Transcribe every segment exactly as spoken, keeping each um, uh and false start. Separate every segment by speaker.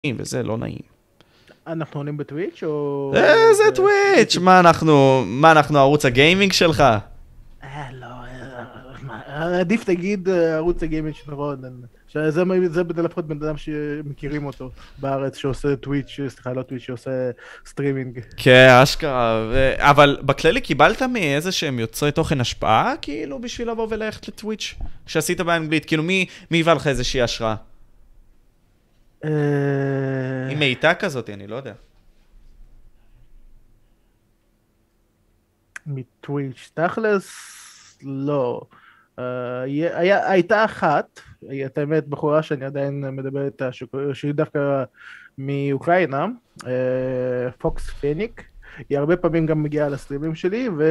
Speaker 1: וזה לא נעים.
Speaker 2: אנחנו עולים בטוויץ' או...
Speaker 1: איזה טוויץ'? מה אנחנו, מה אנחנו ערוץ הגיימינג שלך?
Speaker 2: אה, לא, עדיף תגיד ערוץ הגיימינג של רון. זה בדי לפחות בן אדם שמכירים אותו בארץ, שעושה טוויץ', סליחה, לא טוויץ', שעושה סטרימינג. כן,
Speaker 1: אשכרה. אבל בכללי קיבלת מאיזה שהם יוצרי תוכן השפעה, כאילו, בשביל לבוא וללכת לטוויץ'? שעשית באנגלית, כאילו, מי היווה לך איזושהי השראה? היא מאיתה כזאת, אני לא יודע.
Speaker 2: מטוויץ', תכלס, לא. הייתה אחת, את האמת בחורה שאני עדיין מדבר איתה, שהיא דווקא מאוקראינה, פוקס פיניק, היא הרבה פעמים גם מגיעה לסטרימים שלי, ו...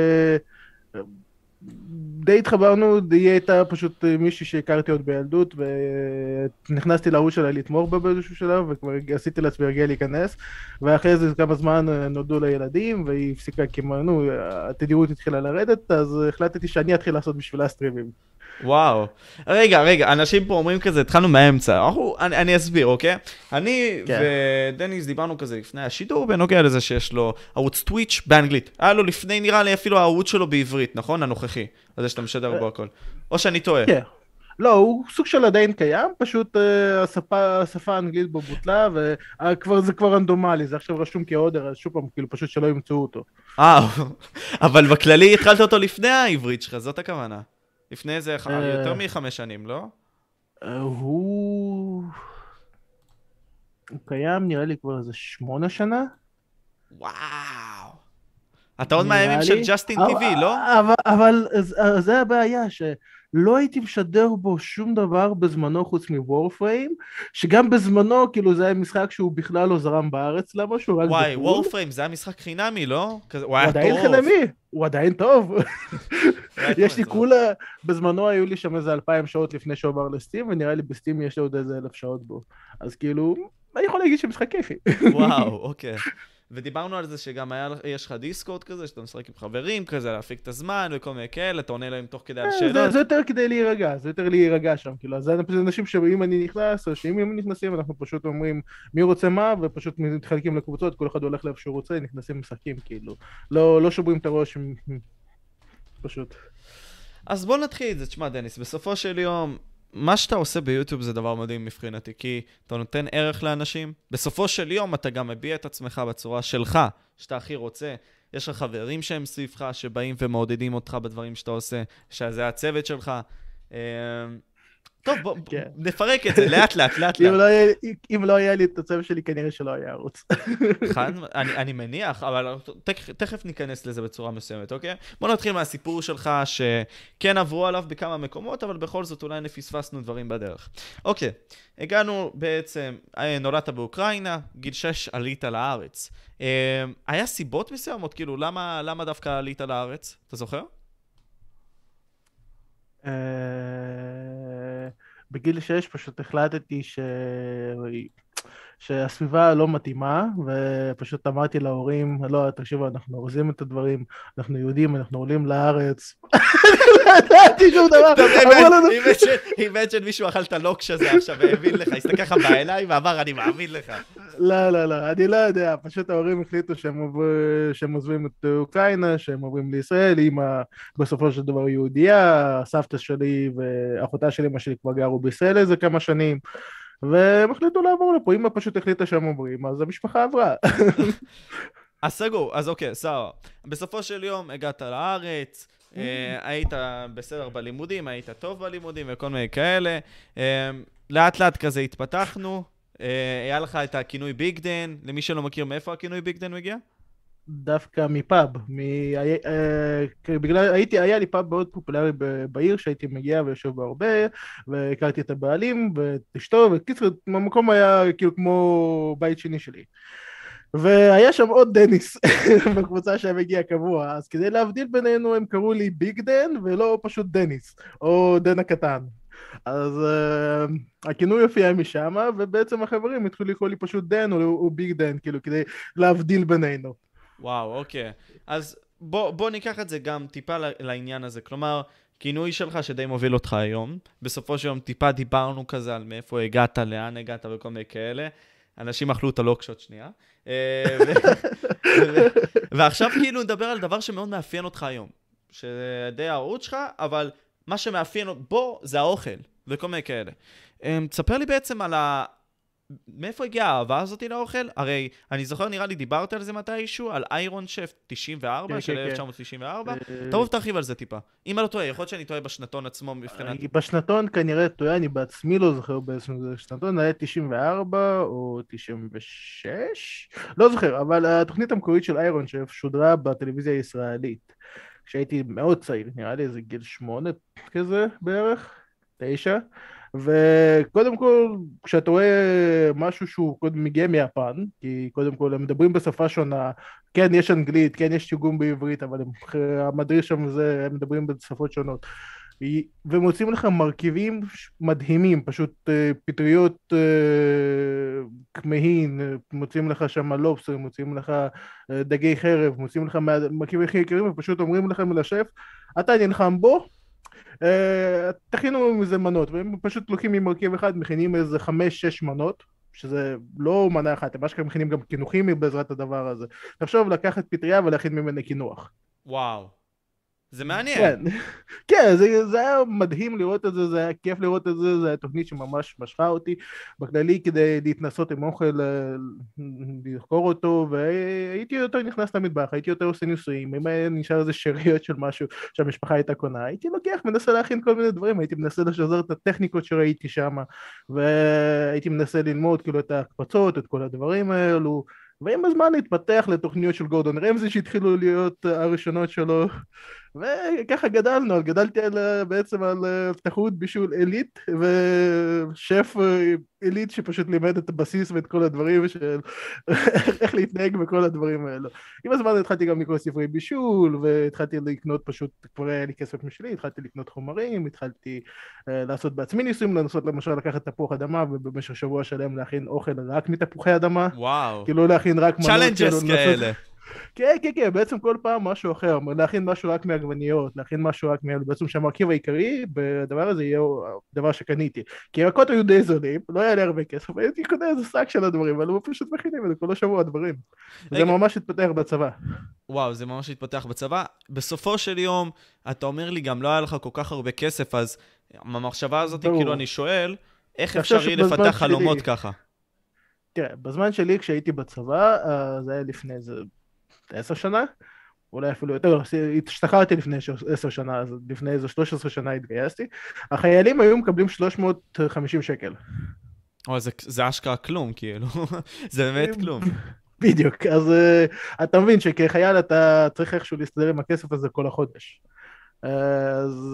Speaker 2: די התחברנו, די הייתה פשוט מישהי שהכרתי עוד בילדות, ונכנסתי להוא שלה לתמוך בה באיזשהו שלב, וכבר עשיתי לעצמי הרגע להיכנס, ואחרי זה כמה זמן נולדו לה ילדים, והיא הפסיקה כמנו, התדירות התחילה לרדת, אז החלטתי שאני אתחיל לעשות בשבילה סטרימים.
Speaker 1: וואו. רגע, רגע, אנשים פה אומרים כזה, התחלנו מהאמצע. אני, אני אסביר, אוקיי? אני כן. ודניס דיברנו כזה לפני השידור, בנוגע לזה שיש לו ערוץ טוויץ' באנגלית. היה לו לפני, נראה לי, אפילו הערוץ שלו בעברית, נכון? הנוכחי. אז יש שאתה משדר בו הכל. או שאני טועה.
Speaker 2: כן. לא, הוא סוג של עדיין קיים, פשוט uh, השפה, השפה האנגלית בו בוטלה, וזה כבר רנדומלי, זה עכשיו רשום כאודר, אז שוב פעם, כאילו פשוט שלא ימצאו אותו.
Speaker 1: אה, אבל בכללי התחלת אותו לפני העברית שלך, זאת הכוונה. לפני זה יותר מחמש שנים, לא?
Speaker 2: הוא... הוא קיים, נראה לי כבר איזה שמונה שנה.
Speaker 1: וואו. אתה עוד מהימים של ג'סטין טיווי, לא?
Speaker 2: אבל זה הבעיה, שלא הייתי משדר בו שום דבר בזמנו חוץ מוורפריים, שגם בזמנו, כאילו זה היה משחק שהוא בכלל לא זרם בארץ, למה שהוא רק בחול.
Speaker 1: וואי, וורפריים זה היה משחק חינמי, לא?
Speaker 2: הוא עדיין חינמי, הוא עדיין טוב. יש לי כולה, בזמנו היו לי שם איזה אלפיים שעות לפני שעובר לסטים, ונראה לי בסטים יש לי עוד איזה אלף שעות בו. אז כאילו, אני יכול להגיד שמשחק כיפי.
Speaker 1: וואו, אוקיי. ודיברנו על זה שגם היה, יש לך דיסקורד כזה, שאתה משחק עם חברים כזה, להפיק את הזמן וכל מיני כאלה, אתה עונה להם תוך כדי על שאלות.
Speaker 2: זה, זה יותר כדי להירגע, זה יותר להירגע שם, כאילו, זה אנשים שאם אני נכנס, או שאם הם נכנסים, אנחנו פשוט אומרים מי רוצה מה, ופשוט מתחלקים לקבוצות, כל אחד הולך לאיפה שהוא רוצה, נכנסים משחקים, כאילו. לא, לא שוברים את הראש, פשוט.
Speaker 1: אז בוא נתחיל את זה, תשמע דניס, בסופו של יום, מה שאתה עושה ביוטיוב זה דבר מדהים מבחינתי, כי אתה נותן ערך לאנשים. בסופו של יום אתה גם מביע את עצמך בצורה שלך, שאתה הכי רוצה. יש לך חברים שהם סביבך, שבאים ומעודדים אותך בדברים שאתה עושה, שזה הצוות שלך. טוב, בוא, כן. נפרק את זה, לאט לאט, לאט לאט.
Speaker 2: אם לא היה, אם לא היה לי את הצוות שלי, כנראה שלא היה ערוץ.
Speaker 1: חן, אני, אני מניח, אבל תכף, תכף ניכנס לזה בצורה מסוימת, אוקיי? בוא נתחיל מהסיפור שלך, שכן עברו עליו בכמה מקומות, אבל בכל זאת אולי נפספסנו דברים בדרך. אוקיי, הגענו בעצם, נולדת באוקראינה, גיל שש עלית לארץ. היה סיבות מסוימות, כאילו, למה, למה דווקא עלית לארץ? אתה זוכר?
Speaker 2: בגיל שש פשוט החלטתי ש... שהסביבה לא מתאימה, ופשוט אמרתי להורים, לא, תקשיבו, אנחנו אורזים את הדברים, אנחנו יהודים, אנחנו עולים לארץ. לא ידעתי שום דבר.
Speaker 1: אימג'ן מישהו אכל את הלוקש הזה עכשיו והבין לך, הסתכל לך בעיניים ואמר, אני מאמין לך.
Speaker 2: לא, לא, לא, אני לא יודע, פשוט ההורים החליטו שהם עוזבים את אוקראינה, שהם עוברים לישראל, אמא בסופו של דבר יהודייה, סבתא שלי ואחותה שלי, אמא שלי כבר גרו בישראל איזה כמה שנים, והם החליטו לעבור לפה, אמא פשוט החליטה שהם עוברים, אז המשפחה עברה.
Speaker 1: אז סגור, אז אוקיי, סער. בסופו של יום הגעת לארץ, היית בסדר בלימודים, היית טוב בלימודים וכל מיני כאלה. לאט לאט כזה התפתחנו, היה לך את הכינוי ביג דן, למי שלא מכיר מאיפה הכינוי ביג דן מגיע?
Speaker 2: דווקא מפאב, בגלל, הייתי, היה לי פאב מאוד פופולרי בעיר שהייתי מגיע ויושב בו הרבה, והכרתי את הבעלים ואת אשתו, וקיצר, המקום היה כאילו כמו בית שני שלי. והיה שם עוד דניס בקבוצה שהם הגיע קבוע, אז כדי להבדיל בינינו הם קראו לי ביג דן ולא פשוט דניס, או דן הקטן. אז uh, הכינוי הופיע משם, ובעצם החברים התחילו לקרוא לי פשוט דן או, או ביג דן, כאילו כדי להבדיל בינינו.
Speaker 1: וואו, אוקיי. אז בוא, בוא ניקח את זה גם טיפה לעניין הזה, כלומר, כינוי שלך שדי מוביל אותך היום, בסופו של יום טיפה דיברנו כזה על מאיפה הגעת, לאן הגעת וכל מיני כאלה, אנשים אכלו את הלוקשות שנייה. אה, ו- ו- ועכשיו כאילו נדבר על דבר שמאוד מאפיין אותך היום. שדי הערוץ שלך, אבל מה שמאפיין בו זה האוכל, וכל מיני כאלה. אה, תספר לי בעצם על ה... מאיפה הגיעה האהבה הזאתי לאוכל? הרי אני זוכר, נראה לי, דיברת על זה מתישהו, על איירון שף תשעים וארבע
Speaker 2: כן,
Speaker 1: של
Speaker 2: כן,
Speaker 1: אלף
Speaker 2: כן.
Speaker 1: תשע מאות תשעים וארבע.
Speaker 2: אה,
Speaker 1: תבוא ותרחיב על זה טיפה. אם אני לא טועה, יכול להיות שאני טועה בשנתון עצמו מבחינת...
Speaker 2: אני בשנתון כנראה טועה, אני בעצמי לא זוכר באיזה שנתון, היה תשעים וארבע או תשעים ושש? לא זוכר, אבל התוכנית המקורית של איירון שף שודרה בטלוויזיה הישראלית. כשהייתי מאוד צעיר, נראה לי איזה גיל שמונה כזה בערך, תשע. וקודם כל, כשאתה רואה משהו שהוא קודם מגיע מיפן, כי קודם כל הם מדברים בשפה שונה, כן יש אנגלית, כן יש תרגום בעברית, אבל הם, המדריך שם זה, הם מדברים בשפות שונות. ומוצאים לך מרכיבים מדהימים, פשוט פטריות כמהין, מוצאים לך שם לובסטר, מוצאים לך דגי חרב, מוצאים לך מרכיבים הכי יקרים, ופשוט אומרים לכם לשף, אתה נלחם בו, תכינו מזה מנות, והם פשוט לוקחים ממרכיב אחד, מכינים איזה חמש, שש מנות, שזה לא מנה אחת, הם אשכרה מכינים גם קינוחים בעזרת הדבר הזה. תחשוב לקחת פטריה ולהכין ממנה קינוח.
Speaker 1: וואו. זה מעניין.
Speaker 2: כן, כן, זה, זה היה מדהים לראות את זה, זה היה כיף לראות את זה, זה היה תוכנית שממש משכה אותי בכללי כדי להתנסות עם אוכל, לחקור אותו, והייתי יותר נכנס למטבח, הייתי יותר עושה ניסויים, אם היה נשאר איזה שאריות של משהו שהמשפחה הייתה קונה, הייתי לוקח, מנסה להכין כל מיני דברים, הייתי מנסה לשזר את הטכניקות שראיתי שם, והייתי מנסה ללמוד כאילו את ההקפצות, את כל הדברים האלו, ועם הזמן התפתח לתוכניות של גורדון רמזי שהתחילו להיות הראשונות שלו, וככה גדלנו, גדלתי על, בעצם על תחרות בישול עילית, ושף עילית שפשוט לימד את הבסיס ואת כל הדברים של איך להתנהג בכל הדברים האלו. עם הזמן התחלתי גם לקרוא ספרי בישול, והתחלתי לקנות פשוט, כבר היה לי כסף משלי, התחלתי לקנות חומרים, התחלתי uh, לעשות בעצמי ניסויים, לנסות למשל לקחת תפוח אדמה, ובמשך שבוע שלם להכין אוכל רק מתפוחי אדמה.
Speaker 1: וואו.
Speaker 2: כאילו להכין רק מנות.
Speaker 1: צ'אלנג'ס כאלה.
Speaker 2: כן, כן, כן, בעצם כל פעם משהו אחר, להכין משהו רק מעגבניות, להכין משהו רק מאלו, בעצם שהמרכיב העיקרי בדבר הזה יהיה דבר שקניתי, כי ירקות היו די זולים, לא היה לי הרבה כסף, הייתי קונה איזה שק של הדברים, אבל הוא פשוט מכינים את זה כל השבוע הדברים, זה ממש התפתח בצבא.
Speaker 1: וואו, זה ממש התפתח בצבא, בסופו של יום, אתה אומר לי גם לא היה לך כל כך הרבה כסף, אז המחשבה הזאת, כאילו אני שואל, איך אפשרי לפתח חלומות ככה?
Speaker 2: תראה, בזמן שלי כשהייתי בצבא, זה היה לפני איזה עשר שנה, אולי אפילו יותר, השתחררתי לפני עשר שנה, אז לפני איזה שלוש עשרה שנה התגייסתי, החיילים היו מקבלים שלוש מאות וחמישים שקל.
Speaker 1: או, זה, זה אשכרה כלום, כאילו, זה באמת כלום.
Speaker 2: בדיוק, אז uh, אתה מבין שכחייל אתה צריך איכשהו להסתדר עם הכסף הזה כל החודש. אז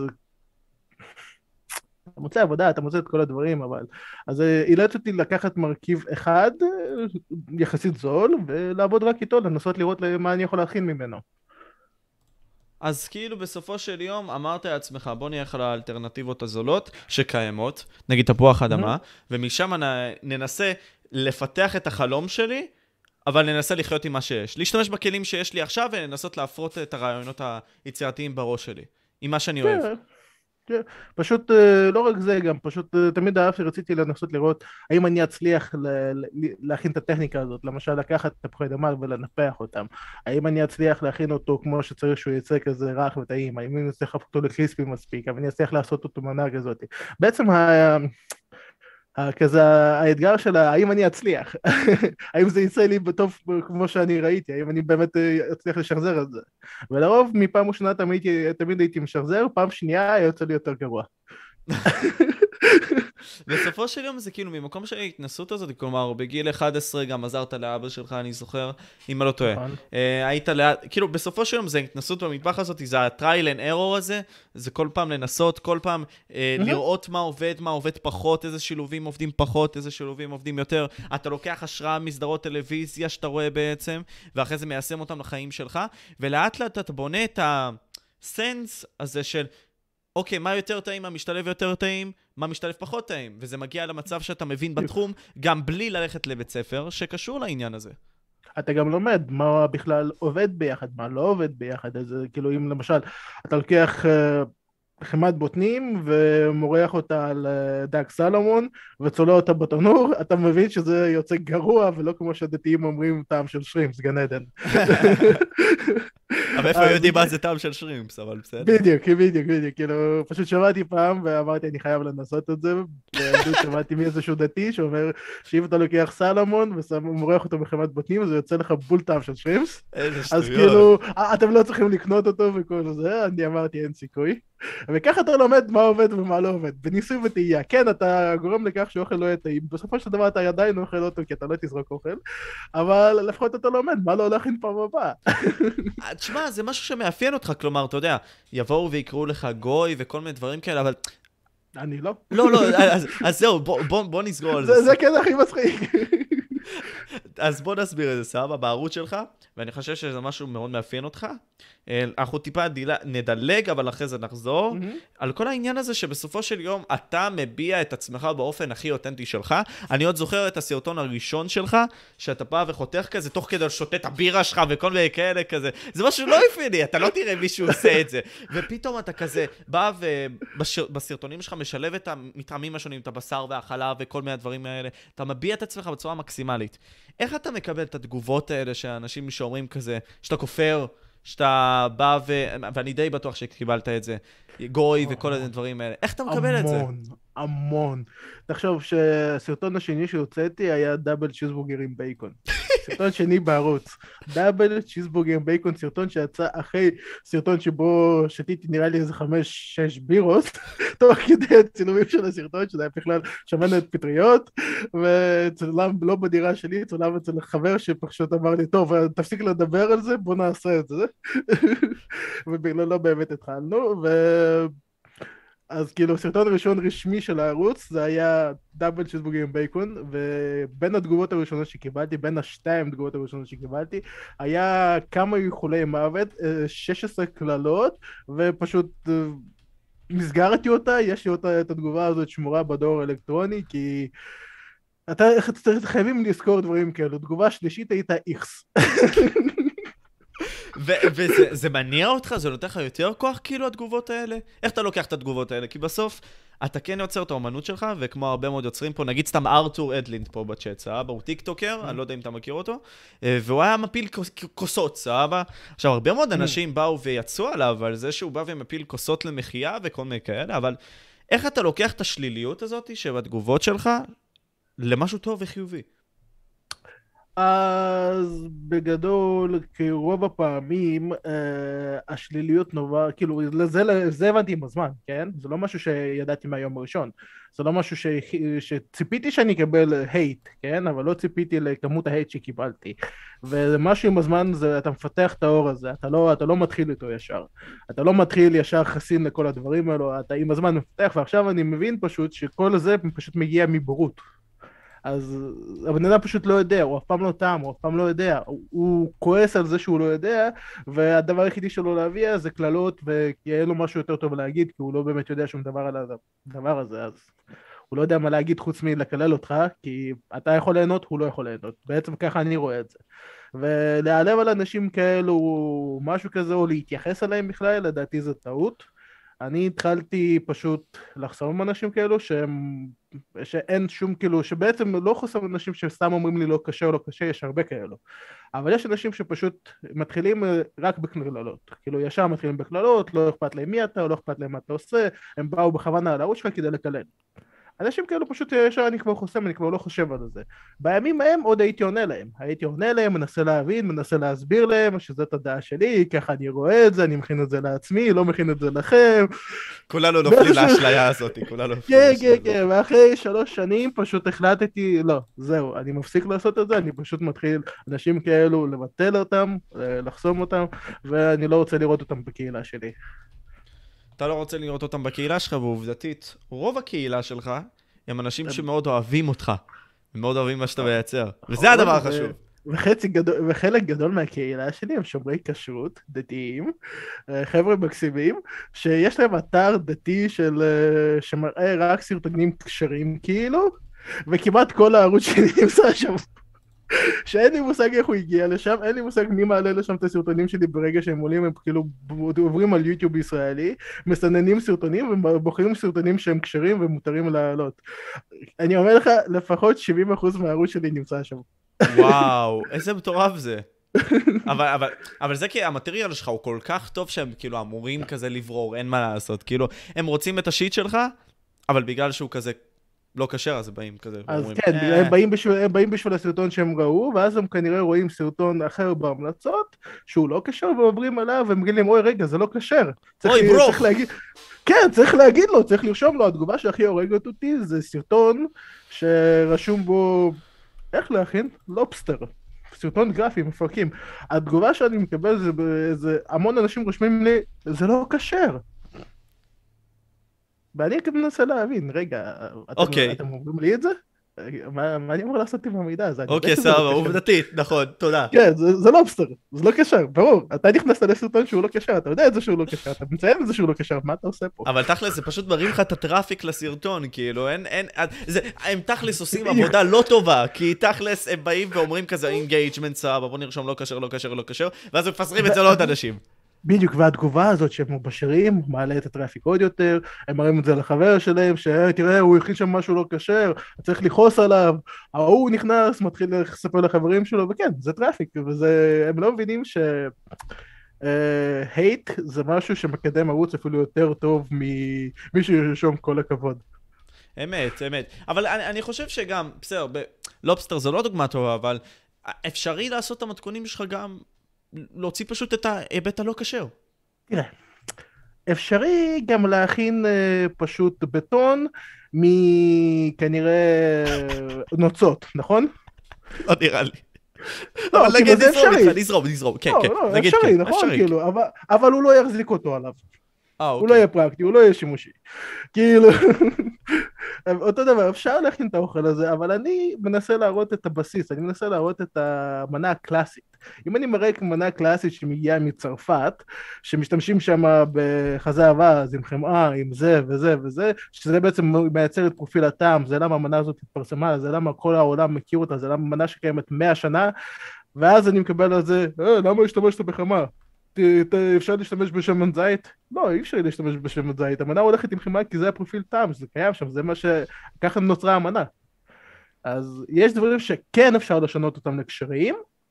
Speaker 2: אתה מוצא עבודה, אתה מוצא את כל הדברים, אבל... אז אילץ אותי לקחת מרכיב אחד, יחסית זול, ולעבוד רק איתו, לנסות לראות מה אני יכול להכין ממנו.
Speaker 1: אז כאילו בסופו של יום אמרת לעצמך, בוא נלך על האלטרנטיבות הזולות שקיימות, נגיד תפוח אדמה, ומשם ננסה לפתח את החלום שלי, אבל ננסה לחיות עם מה שיש. להשתמש בכלים שיש לי עכשיו, ולנסות להפרות את הרעיונות היצירתיים בראש שלי, עם מה שאני אוהב.
Speaker 2: כן, פשוט לא רק זה גם, פשוט תמיד אהבתי, רציתי לנסות לראות האם אני אצליח להכין את הטכניקה הזאת, למשל לקחת תפוחי אדמה ולנפח אותם, האם אני אצליח להכין אותו כמו שצריך שהוא יצא כזה רך וטעים, האם אני אצליח להפוך אותו לקריספי מספיק, האם אני אצליח לעשות אותו מנה כזאת. בעצם ה... כזה האתגר שלה, האם אני אצליח, האם זה יצא לי בטוב כמו שאני ראיתי, האם אני באמת אצליח לשחזר את זה, ולרוב מפעם ראשונה תמיד, תמיד הייתי משחזר, פעם שנייה היה יוצא לי יותר גרוע.
Speaker 1: בסופו של יום זה כאילו ממקום של ההתנסות הזאת, כלומר בגיל אחד עשרה גם עזרת לאבא שלך, אני זוכר, אם לא טועה. היית לאט, כאילו בסופו של יום זה התנסות במטבח הזאת, זה הטרייל אנד ארור הזה, זה כל פעם לנסות, כל פעם לראות מה עובד, מה עובד פחות, איזה שילובים עובדים פחות, איזה שילובים עובדים יותר. אתה לוקח השראה מסדרות טלוויזיה שאתה רואה בעצם, ואחרי זה מיישם אותם לחיים שלך, ולאט לאט אתה בונה את הסנס הזה של אוקיי, מה יותר טעים, מה משתלב יותר טעים, מה משתלב פחות טעים, וזה מגיע למצב שאתה מבין בתחום, גם בלי ללכת לבית ספר, שקשור לעניין הזה.
Speaker 2: אתה גם לומד מה בכלל עובד ביחד, מה לא עובד ביחד, אז כאילו אם למשל, אתה לוקח חמת בוטנים ומורח אותה על דג סלומון וצולע אותה בתנור, אתה מבין שזה יוצא גרוע ולא כמו שהדתיים אומרים טעם של שרימפס, גן עדן.
Speaker 1: אבל איפה יודעים מה זה טעם של שרימפס, אבל בסדר.
Speaker 2: בדיוק, בדיוק, בדיוק, כאילו, פשוט שמעתי פעם ואמרתי אני חייב לנסות את זה, ובדיוק שמעתי מאיזשהו דתי שאומר שאם אתה לוקח סלומון ומורח אותו בחמת בוטנים, זה יוצא לך בול טעם של שרימפס.
Speaker 1: איזה
Speaker 2: אז
Speaker 1: שטויות.
Speaker 2: כאילו, אתם לא צריכים לקנות אותו וכל זה, אני אמרתי אין סיכוי. וככה אתה לומד מה עובד ומה לא עובד, בניסוי וטעייה. כן, אתה גורם לכך שאוכל לא יהיה טעים, בסופו של דבר אתה עדיין אוכל אותו כי אתה לא תזרוק אוכל, אבל לפחות אתה לומד מה לא הולך עם פעם הבאה.
Speaker 1: תשמע, זה משהו שמאפיין אותך, כלומר, אתה יודע, יבואו ויקראו לך גוי וכל מיני דברים כאלה, אבל...
Speaker 2: אני לא.
Speaker 1: לא, לא, אז, אז זהו, בוא, בוא, בוא נסגור על זה.
Speaker 2: זה, זה כן הכי מצחיק.
Speaker 1: אז בוא נסביר את זה, סבבה, בערוץ שלך, ואני חושב שזה משהו מאוד מאפיין אותך. אנחנו טיפה דילה, נדלג, אבל אחרי זה נחזור. Mm-hmm. על כל העניין הזה שבסופו של יום אתה מביע את עצמך באופן הכי אותנטי שלך. אני עוד זוכר את הסרטון הראשון שלך, שאתה בא וחותך כזה, תוך כדי שותה את הבירה שלך וכל מיני כאלה כזה. זה משהו לא אפיני, אתה לא תראה מישהו עושה את זה. ופתאום אתה כזה בא ובסרטונים שלך משלב את המטעמים השונים, את הבשר והחלב וכל מיני הדברים האלה. אתה מביע את עצמך בצורה מקסימלית. איך אתה מקבל את התגובות האלה שאנשים שאומרים כזה, שאתה כופר, שאתה בא ו... ואני די בטוח שקיבלת את זה, גוי וכל הדברים האלה. איך אתה מקבל את זה?
Speaker 2: המון, המון. תחשוב שהסרטון השני שהוצאתי היה דאבל צ'יזבורגר עם בייקון. סרטון שני בערוץ. דאבל צ'יזבורגר עם בייקון, סרטון שיצא אחרי סרטון שבו שתיתי נראה לי איזה חמש, שש בירות, תוך כדי הצילומים של הסרטון, שזה היה בכלל שמנת פטריות, וצולם לא בדירה שלי, צולם אצל חבר שפשוט אמר לי, טוב, תפסיק לדבר על זה, בוא נעשה את זה. ובגלל לא באמת התחלנו, ו... אז כאילו סרטון ראשון רשמי של הערוץ זה היה דאבל צ'יזבורגר עם בייקון, ובין התגובות הראשונות שקיבלתי, בין השתיים תגובות הראשונות שקיבלתי, היה כמה איחולי מוות, שש עשרה קללות, ופשוט מסגרתי אותה, יש לי אותה, את התגובה הזאת שמורה בדואר האלקטרוני, כי אתה חייבים לזכור דברים כאלו, תגובה שלישית הייתה איכס.
Speaker 1: וזה מניע אותך? זה נותן לך יותר כוח כאילו התגובות האלה? איך אתה לוקח את התגובות האלה? כי בסוף אתה כן יוצר את האומנות שלך, וכמו הרבה מאוד יוצרים פה, נגיד סתם ארתור אדלינד פה בצ'אט, סבבה? הוא טיקטוקר, אני לא יודע אם אתה מכיר אותו, והוא היה מפיל כוסות, סבבה? עכשיו, הרבה מאוד אנשים באו ויצאו עליו על זה שהוא בא ומפיל כוסות למחיה וכל מיני כאלה, אבל איך אתה לוקח את השליליות הזאת שבתגובות שלך למשהו טוב וחיובי?
Speaker 2: אז בגדול, כרוב הפעמים, אה, השליליות נובע, כאילו, לזה, זה הבנתי עם הזמן, כן? זה לא משהו שידעתי מהיום הראשון. זה לא משהו ש, שציפיתי שאני אקבל הייט, כן? אבל לא ציפיתי לכמות ההייט שקיבלתי. ומשהו עם הזמן זה, אתה מפתח את האור הזה, אתה לא, אתה לא מתחיל איתו ישר. אתה לא מתחיל ישר חסין לכל הדברים האלו, אתה עם הזמן מפתח, ועכשיו אני מבין פשוט שכל זה פשוט מגיע מבורות. אז הבן אדם פשוט לא יודע, הוא אף פעם לא טעם, הוא אף פעם לא יודע, הוא, הוא כועס על זה שהוא לא יודע, והדבר היחידי שלו להביא זה כללות, ויהיה לו משהו יותר טוב להגיד, כי הוא לא באמת יודע שום דבר על הדבר הזה, אז הוא לא יודע מה להגיד חוץ מלקלל אותך, כי אתה יכול ליהנות, הוא לא יכול ליהנות, בעצם ככה אני רואה את זה. ולהעלב על אנשים כאלו, משהו כזה, או להתייחס אליהם בכלל, לדעתי זה טעות. אני התחלתי פשוט לחסום אנשים כאלו שהם, שאין שום כאילו, שבעצם לא חוסם אנשים שסתם אומרים לי לא קשה או לא קשה, יש הרבה כאלו. אבל יש אנשים שפשוט מתחילים רק בכללות, כאילו ישר מתחילים בכללות, לא אכפת להם מי אתה, או לא אכפת להם מה אתה עושה, הם באו בכוונה על הערוץ שלך כדי לקלל. אנשים כאלו פשוט ישר אני כבר חוסם, אני כבר לא חושב על זה. בימים ההם עוד הייתי עונה להם, הייתי עונה להם, מנסה להבין, מנסה להסביר להם, שזאת הדעה שלי, ככה אני רואה את זה, אני מכין את זה לעצמי, לא מכין את זה לכם.
Speaker 1: כולנו נופלים לאשליה הזאת, כולנו נופלים
Speaker 2: לאשליה הזאת. כן, כן, כן, ואחרי שלוש שנים פשוט החלטתי, לא, זהו, אני מפסיק לעשות את זה, אני פשוט מתחיל אנשים כאלו לבטל אותם, לחסום אותם, ואני לא רוצה לראות אותם בקהילה שלי.
Speaker 1: אתה לא רוצה לראות אותם בקהילה שלך, ועובדתית, רוב הקהילה שלך הם אנשים שמאוד אוהבים אותך, ומאוד אוהבים מה שאתה מייצר, וזה הדבר החשוב.
Speaker 2: וחצי גדול, וחלק גדול מהקהילה שלי הם שומרי כשרות דתיים, חבר'ה מקסימים, שיש להם אתר דתי של, שמראה רק סרטונים כשרים כאילו, וכמעט כל הערוץ שלי נמצא שם. שאין לי מושג איך הוא הגיע לשם, אין לי מושג מי מעלה לשם את הסרטונים שלי ברגע שהם עולים, הם כאילו עוברים על יוטיוב ישראלי, מסננים סרטונים ובוחרים סרטונים שהם כשרים ומותרים לעלות. אני אומר לך, לפחות שבעים אחוז מהערוץ שלי נמצא שם.
Speaker 1: וואו, איזה מטורף זה. אבל, אבל, אבל זה כי המטריאל שלך הוא כל כך טוב שהם כאילו אמורים כזה לברור, אין מה לעשות. כאילו, הם רוצים את השיט שלך, אבל בגלל שהוא כזה לא קשר, אז הם באים כזה.
Speaker 2: אז
Speaker 1: אומרים,
Speaker 2: כן,
Speaker 1: אה...
Speaker 2: הם, באים בשביל, הם באים בשביל הסרטון שהם ראו, ואז הם כנראה רואים סרטון אחר בהמלצות, שהוא לא קשר, ועוברים עליו, והם מגיעים, אוי רגע, זה לא קשר.
Speaker 1: אוי, ברוך!
Speaker 2: צריך להגיד, כן, צריך להגיד לו, צריך לרשום לו, התגובה שהכי הורגת אותי זה סרטון שרשום בו, איך להכין? לובסטר. סרטון גרפי, מפרקים. התגובה שאני מקבל זה, זה המון אנשים רושמים לי, זה לא קשר. ואני גם מנסה להבין, רגע, אתם,
Speaker 1: אוקיי.
Speaker 2: אתם אומרים לי את זה? מה, מה אני אמור לעשות עם המידע הזה?
Speaker 1: אוקיי, סבבה, עובדתית, נכון, תודה.
Speaker 2: כן, זה, זה לובסטר, זה לא קשר, ברור. אתה נכנסת לסרטון שהוא לא קשר, אתה יודע את זה שהוא לא קשר, אתה מציין את זה שהוא לא קשר, מה אתה עושה פה?
Speaker 1: אבל תכלס, זה פשוט מרים לך את הטראפיק לסרטון, כאילו, אין, אין, זה, הם תכלס עושים עבודה לא טובה, כי תכלס הם באים ואומרים כזה, אינגייג'מנט סבבה, בוא נרשום לא קשר, לא קשר, לא קשר, ואז הם מפסרים את זה לעוד אנשים.
Speaker 2: בדיוק, והתגובה הזאת שהם מבשרים, מעלה את הטראפיק עוד יותר, הם מראים את זה לחבר שלהם, שתראה, הוא הכין שם משהו לא קשר, צריך לכעוס עליו, ההוא נכנס, מתחיל לספר לחברים שלו, וכן, זה טראפיק, וזה, הם לא מבינים ש... הייט זה משהו שמקדם ערוץ אפילו יותר טוב ממישהו ירשום כל הכבוד.
Speaker 1: אמת, אמת. אבל אני, אני חושב שגם, בסדר, לובסטר זה לא דוגמה טובה, אבל אפשרי לעשות את המתכונים שלך גם... להוציא פשוט את ההיבט הלא קשר.
Speaker 2: תראה, אפשרי גם להכין uh, פשוט בטון מכנראה נוצות, נכון?
Speaker 1: לא נראה לי.
Speaker 2: לא,
Speaker 1: אבל
Speaker 2: כאילו זה אפשרי.
Speaker 1: נזרום, נזרום, כן,
Speaker 2: לא,
Speaker 1: כן.
Speaker 2: לא,
Speaker 1: נגיד
Speaker 2: אפשרי,
Speaker 1: כן,
Speaker 2: נכון,
Speaker 1: אפשרי.
Speaker 2: כאילו, אבל, אבל הוא לא יחזיק אותו עליו.
Speaker 1: אה,
Speaker 2: הוא
Speaker 1: אוקיי.
Speaker 2: לא יהיה פרקטי, הוא לא יהיה שימושי. כאילו, אותו דבר, אפשר להכין את האוכל הזה, אבל אני מנסה להראות את הבסיס, אני מנסה להראות את המנה הקלאסית. אם אני מראה כמנה קלאסית שמגיעה מצרפת, שמשתמשים שם בחזה אבז, עם חמאה, עם זה וזה וזה, שזה בעצם מייצר את פרופיל הטעם, זה למה המנה הזאת התפרסמה, זה למה כל העולם מכיר אותה, זה למה מנה שקיימת מאה שנה, ואז אני מקבל על זה, אה, למה השתמשת בחמאה? אפשר להשתמש בשמן זית? לא, אי אפשר להשתמש בשמן זית. המנה הולכת עם חמאה כי זה הפרופיל טעם, זה קיים שם, זה מה ש... ככה נוצרה המנה. אז יש דברים שכן אפשר לשנות אותם לקשריים,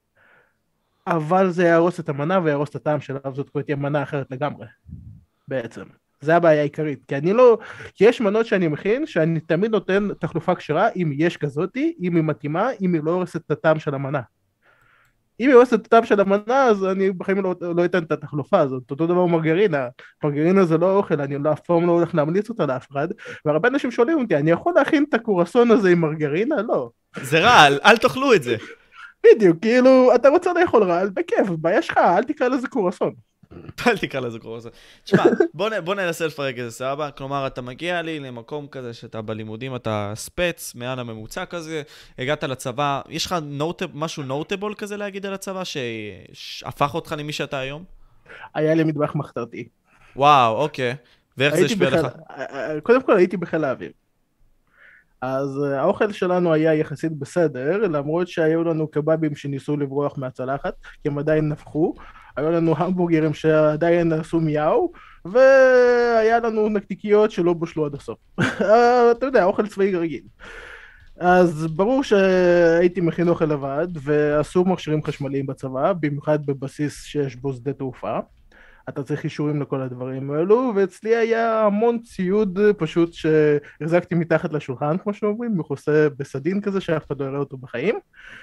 Speaker 2: אבל זה יהרוס את המנה ויהרוס את הטעם שלה, זאת כבר תהיה מנה אחרת לגמרי, בעצם. זה הבעיה העיקרית, כי אני לא... כי יש מנות שאני מכין, שאני תמיד נותן תחלופה קשרה, אם יש כזאתי, אם היא מתאימה, אם היא לא הורסת את הטעם של המנה. אם היא הורסת את הטעם של המנה, אז אני בחיים לא, לא אתן את התחלופה הזאת. אותו דבר מרגרינה. מרגרינה זה לא אוכל, אני לא, אף פעם לא הולך להמליץ אותה לאף אחד, והרבה אנשים שואלים אותי, אני יכול להכין את הקורסון הזה עם מרגרינה? לא.
Speaker 1: זה רעל, אל תאכלו את זה.
Speaker 2: בדיוק, כאילו, אתה רוצה לאכול רעל, בכיף, בעיה שלך, אל תקרא לזה קורסון.
Speaker 1: אל תקרא לזה קורסון. תשמע, בוא, בוא ננסה לפרק את זה, סבבה? כלומר, אתה מגיע לי למקום כזה שאתה בלימודים, אתה ספץ, מעל הממוצע כזה, הגעת לצבא, יש לך נוטב, משהו נוטבול כזה להגיד על הצבא, שהפך אותך למי שאתה היום?
Speaker 2: היה לי מטבח מחתרתי.
Speaker 1: וואו, אוקיי. ואיך זה השפיע לך?
Speaker 2: קודם כל הייתי בחיל האוויר. אז האוכל שלנו היה יחסית בסדר, למרות שהיו לנו קבבים שניסו לברוח מהצלחת, כי הם עדיין נפחו, היו לנו המבורגרים שעדיין עשו מיהו, והיה לנו נקניקיות שלא בושלו עד הסוף. אתה יודע, אוכל צבאי רגיל. אז ברור שהייתי מכין אוכל לבד, ועשו מכשירים חשמליים בצבא, במיוחד בבסיס שיש בו שדה תעופה. אתה צריך אישורים לכל הדברים האלו, ואצלי היה המון ציוד פשוט שהחזקתי מתחת לשולחן, כמו שאומרים, מכוסה בסדין כזה שאף אחד לא יראה אותו בחיים.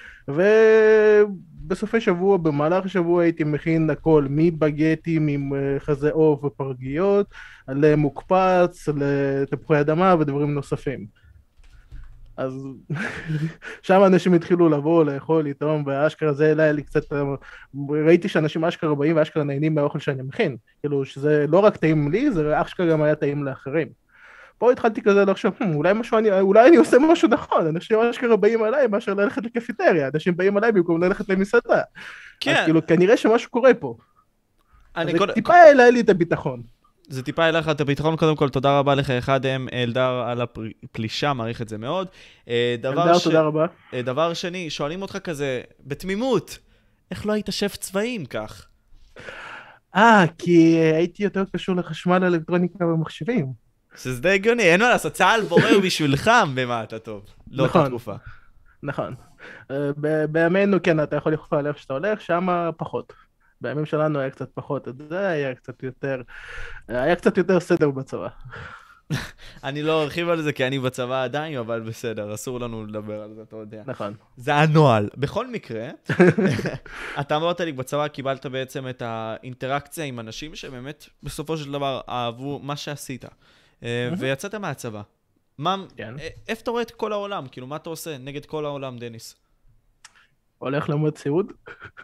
Speaker 2: ובסופי שבוע, במהלך השבוע הייתי מכין הכל, מבגטים עם חזה עוף ופרגיות, למוקפץ, לתפוחי אדמה ודברים נוספים. אז שם אנשים התחילו לבוא, לאכול, לטעום, והאשכרה זה היה לי קצת, ראיתי שאנשים אשכרה באים ואשכרה נהנים מהאוכל שאני מכין, כאילו שזה לא רק טעים לי, זה אשכרה גם היה טעים לאחרים. פה התחלתי כזה לחשוב, אולי משהו, אני, אולי אני עושה משהו נכון, אנשים אשכרה באים עליי מאשר ללכת לקפיטריה, אנשים באים עליי במקום ללכת למסעדה. כן. אז כאילו כנראה שמשהו קורה פה. אז טיפה העלה לי את הביטחון.
Speaker 1: זה טיפה אליך את הפתרון, קודם כל, תודה רבה לך, אחד הם אלדר על הפלישה, מעריך את זה מאוד.
Speaker 2: אלדר, ש... תודה רבה.
Speaker 1: דבר שני, שואלים אותך כזה, בתמימות, איך לא היית שף צבעים כך?
Speaker 2: אה, כי הייתי יותר קשור לחשמל, אלקטרוניקה ומחשבים.
Speaker 1: שזה די הגיוני, אין מה לעשות, צהל בורר בשבילך במה אתה טוב, לא אותה תקופה.
Speaker 2: נכון. בימינו, כן, אתה יכול לבחור לאיפה שאתה הולך, שם פחות. בימים שלנו היה קצת פחות, זה היה קצת יותר, היה קצת יותר סדר בצבא.
Speaker 1: אני לא ארחיב על זה כי אני בצבא עדיין, אבל בסדר, אסור לנו לדבר על זה, אתה יודע.
Speaker 2: נכון.
Speaker 1: זה הנוהל. בכל מקרה, אתה אמרת לי, בצבא קיבלת בעצם את האינטראקציה עם אנשים שבאמת בסופו של דבר אהבו מה שעשית. ויצאת מהצבא. איפה אתה רואה את כל העולם? כאילו, מה אתה עושה נגד כל העולם, דניס?
Speaker 2: הולך למוד סיעוד?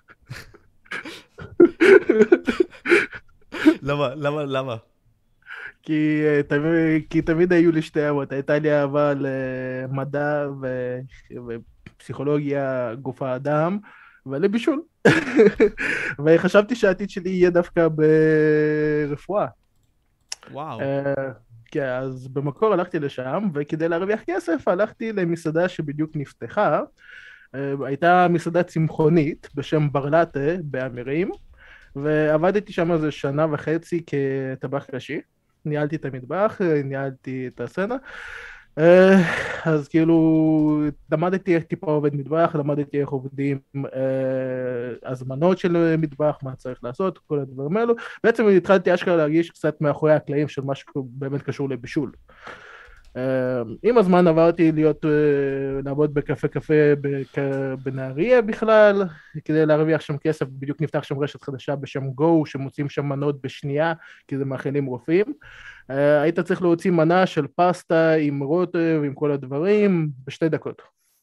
Speaker 1: למה? למה? למה?
Speaker 2: כי תמיד, כי תמיד היו לי שתי אהבות. הייתה לי אהבה למדע ו... ופסיכולוגיה גוף האדם ולבישול. וחשבתי שהעתיד שלי יהיה דווקא ברפואה.
Speaker 1: וואו.
Speaker 2: כן, אז במקור הלכתי לשם, וכדי להרוויח כסף הלכתי למסעדה שבדיוק נפתחה. הייתה מסעדה צמחונית בשם ברלטה באמירים, ועבדתי שם איזה שנה וחצי כטבח ראשי. ניהלתי את המטבח, ניהלתי את הסצנה. אז כאילו, למדתי איך טיפה עובד מטבח, למדתי איך עובדים הזמנות של מטבח, מה צריך לעשות, כל הדברים האלו. בעצם התחלתי אשכרה להרגיש קצת מאחורי הקלעים של מה שבאמת קשור לבישול. עם הזמן עברתי להיות, לעבוד בקפה קפה בנהריה בכלל, כדי להרוויח שם כסף. בדיוק נפתח שם רשת חדשה בשם גו, שמוצאים שם מנות בשנייה, כי זה מאכילים רופאים. היית צריך להוציא מנה של פסטה עם רוטב, עם כל הדברים, בשתי דקות.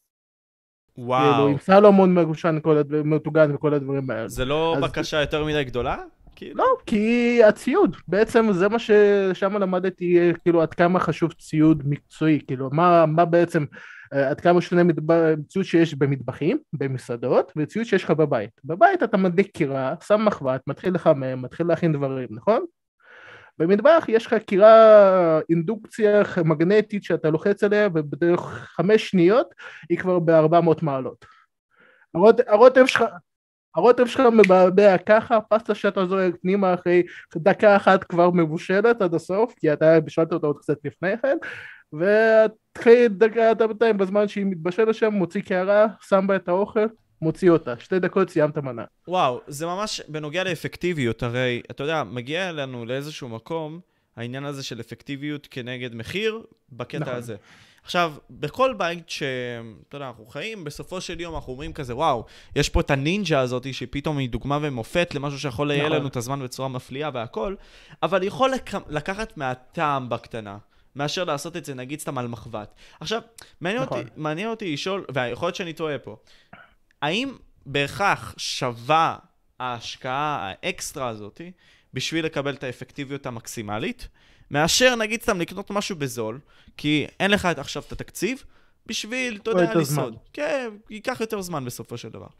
Speaker 1: וואו.
Speaker 2: עם סלומון מגושן, מטוגן וכל הדברים האלה.
Speaker 1: זה לא בקשה יותר מדי גדולה?
Speaker 2: לא, כי הציוד, בעצם זה מה ששם למדתי, כאילו עד כמה חשוב ציוד מקצועי, כאילו מה, מה בעצם, עד כמה שונה ציוד שיש במטבחים, במסעדות, וציוד שיש לך בבית. בבית אתה מדליק קירה, שם מחבת, מתחיל לחמם, מתחיל להכין דברים, נכון? במטבח יש לך קירה אינדוקציה מגנטית שאתה לוחץ עליה, ובדרך חמש שניות היא כבר ב-ארבע מאות מעלות. הרוטב שלך... הרוטב שלך מבעבע ככה, הפסטה שאתה זורק פנימה אחרי דקה אחת כבר מבושלת עד הסוף, כי אתה בשלת אותה עוד קצת לפני כן, ואחרי דקה אתה בינתיים בזמן שהיא מתבשלת שם, מוציא קערה, שם בה את האוכל, מוציא אותה. שתי דקות סיימת מנה.
Speaker 1: וואו, זה ממש בנוגע לאפקטיביות, הרי, אתה יודע, מגיע אלינו לאיזשהו מקום, העניין הזה של אפקטיביות כנגד מחיר, בקטע נכון. הזה. עכשיו, בכל בית שאתה יודע, אנחנו חיים, בסופו של יום אנחנו אומרים כזה, וואו, יש פה את הנינג'ה הזאת שפתאום היא דוגמה ומופת למשהו שיכול לייעל לנו את הזמן בצורה מפליאה והכל, אבל יכול לקחת מהטעם בקטנה, מאשר לעשות את זה, נגיד סתם על מחבת. עכשיו, מעניין אותי, מעניין אותי לשאול, ויכול להיות שאני טועה פה, האם בהכרח שווה ההשקעה האקסטרה הזאת בשביל לקבל את האפקטיביות המקסימלית, מאשר נגיד סתם לקנות משהו בזול, כי אין לך עכשיו את התקציב, בשביל, אתה יודע, לסוד. כן, ייקח יותר זמן בסופו של דבר.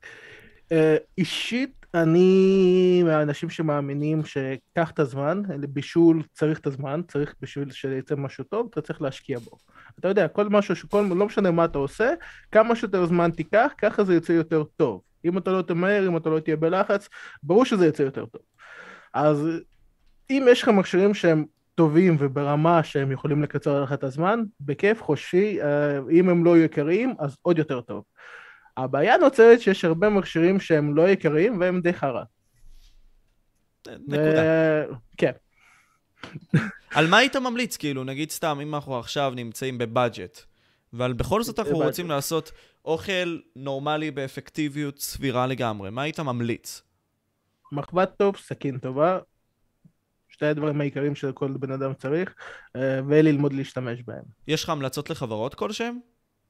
Speaker 2: אישית, אני מהאנשים שמאמינים שקח את הזמן, בישול צריך את הזמן, צריך בשביל שיצא משהו טוב, אתה צריך להשקיע בו. אתה יודע, כל משהו, שכל, לא משנה מה אתה עושה, כמה שיותר זמן תיקח, ככה זה יצא יותר טוב. אם אתה לא תמהר, אם אתה לא תהיה בלחץ, ברור שזה יצא יותר טוב. אז אם יש לך מכשירים שהם טובים וברמה שהם יכולים לקצר לך את הזמן, בכיף חושי, אם הם לא יקרים, אז עוד יותר טוב. הבעיה נוצרת שיש הרבה מכשירים שהם לא יקרים והם די חרא.
Speaker 1: נקודה.
Speaker 2: כן.
Speaker 1: על מה היית ממליץ, כאילו, נגיד סתם, אם אנחנו עכשיו נמצאים בבאג'ט, אבל בכל זאת אנחנו רוצים לעשות אוכל נורמלי באפקטיביות סבירה לגמרי, מה היית ממליץ?
Speaker 2: מחבת טוב, סכין טובה, שתי הדברים העיקריים שכל בן אדם צריך, וללמוד להשתמש בהם.
Speaker 1: יש לך המלצות לחברות כלשהם?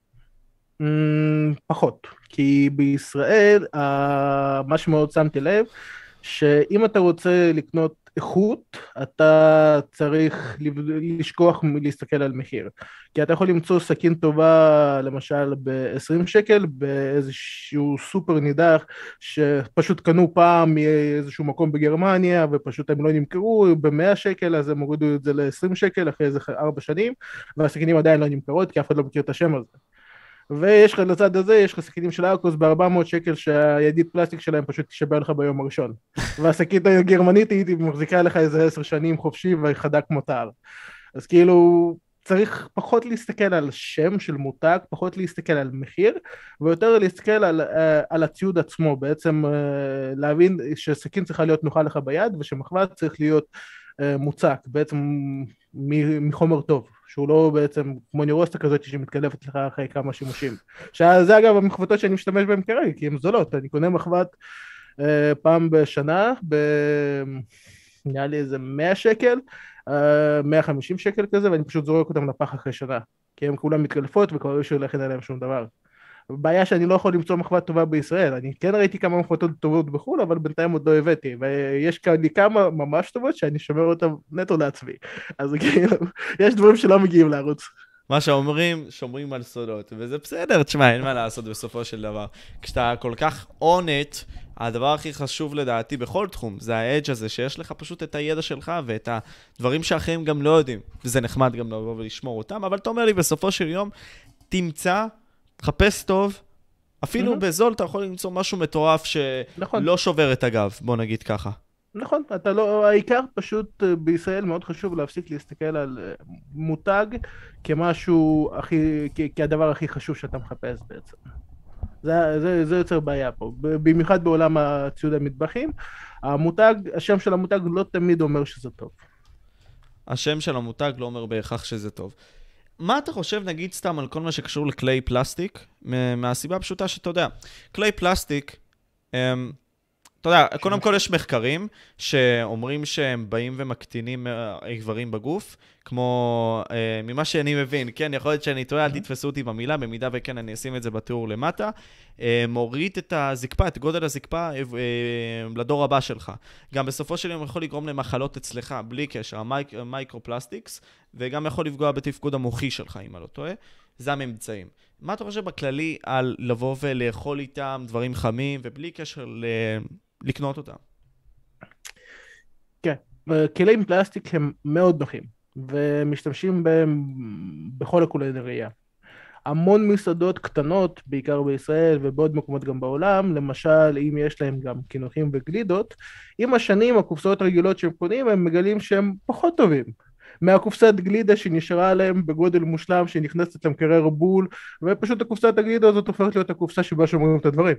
Speaker 2: פחות, כי בישראל, מה שמאוד שמתי לב, שאם אתה רוצה לקנות איכות, אתה צריך לשכוח מלהסתכל על מחיר. כי אתה יכול למצוא סכין טובה, למשל, ב-עשרים שקל, באיזשהו סופר נידח, שפשוט קנו פעם מאיזשהו מקום בגרמניה, ופשוט הם לא נמכרו ב-מאה שקל, אז הם הורידו את זה ל-עשרים שקל, אחרי איזה ארבע שנים, והסכינים עדיין לא נמכרות, כי אף אחד לא מכיר את השם הזה. ויש לך לצד הזה, יש לך סכינים של ארקוס ב-ארבע מאות שקל שהידית פלסטיק שלהם פשוט תשבר לך ביום הראשון. והסכית הגרמנית היא מחזיקה לך איזה עשר שנים חופשי וחדה כמו טל. אז כאילו צריך פחות להסתכל על שם של מותג, פחות להסתכל על מחיר, ויותר להסתכל על, על הציוד עצמו, בעצם להבין שסכין צריכה להיות נוחה לך ביד, ושמחבת צריך להיות מוצק, בעצם מחומר טוב. שהוא לא בעצם כמו נירוסטה כזאת שמתקלפת לך אחרי כמה שימושים. שזה אגב המחבטות שאני משתמש בהן כרגע, כי הן זולות, אני קונה מחבט אה, פעם בשנה, ב... נראה לי איזה מאה שקל, אה, מאה וחמישים שקל כזה, ואני פשוט זורק אותם לפח אחרי שנה, כי הן כולן מתקלפות וכבר לא שולח עליהן שום דבר. הבעיה שאני לא יכול למצוא מחבט טובה בישראל, אני כן ראיתי כמה מחבטות טובות בחו"ל, אבל בינתיים עוד לא הבאתי, ויש לי כמה ממש טובות שאני שומר אותם נטו לעצמי, אז כאילו, יש דברים שלא מגיעים לערוץ.
Speaker 1: מה שאומרים, שומרים על סודות, וזה בסדר, תשמע, אין מה לעשות בסופו של דבר. כשאתה כל כך אונט, הדבר הכי חשוב לדעתי בכל תחום, זה האדג' הזה, שיש לך פשוט את הידע שלך, ואת הדברים שאחרים גם לא יודעים, וזה נחמד גם לבוא ולשמור אותם, אבל אתה אומר לי, בסופו של יום, תמצא, תחפש טוב, אפילו mm-hmm. בזול אתה יכול למצוא משהו מטורף שלא נכון. שובר את הגב, בוא נגיד ככה.
Speaker 2: נכון, אתה לא, העיקר פשוט בישראל מאוד חשוב להפסיק להסתכל על מותג כמשהו הכי, כהדבר הכי חשוב שאתה מחפש בעצם. זה, זה, זה יוצר בעיה פה, במיוחד בעולם הציוד המטבחים, המותג, השם של המותג לא תמיד אומר שזה טוב.
Speaker 1: השם של המותג לא אומר בהכרח שזה טוב. מה אתה חושב, נגיד סתם, על כל מה שקשור לכלי פלסטיק? מהסיבה הפשוטה שאתה יודע, כלי פלסטיק, הם, אתה יודע, קודם כל יש מחקרים שאומרים שהם באים ומקטינים איברים בגוף, כמו, ממה שאני מבין, כן, יכול להיות שאני טועה, אל תתפסו אותי במילה, במידה וכן אני אשים את זה בתיאור למטה, מוריד את הזקפה, את גודל הזקפה לדור הבא שלך. גם בסופו של יום יכול לגרום למחלות אצלך, בלי קשר, המייקרופלסטיקס, וגם יכול לפגוע בתפקוד המוחי שלך, אם אני לא טועה. זה הממצאים. מה אתה חושב בכללי על לבוא ולאכול איתם דברים חמים, ובלי קשר ל... לקנות אותם?
Speaker 2: כן, כלים פלסטיק הם מאוד נוחים, ומשתמשים בהם בכל הקולינריה. המון מסעדות קטנות, בעיקר בישראל ובעוד מקומות גם בעולם, למשל אם יש להם גם קינוחים וגלידות, עם השנים הקופסאות הרגילות שהם קונים, הם מגלים שהם פחות טובים. מהקופסת גלידה שנשארה עליהם בגודל מושלם, שנכנסת למקרר בול, ופשוט הקופסת הגלידה הזאת הופכת להיות הקופסה שבה שומרים את הדברים.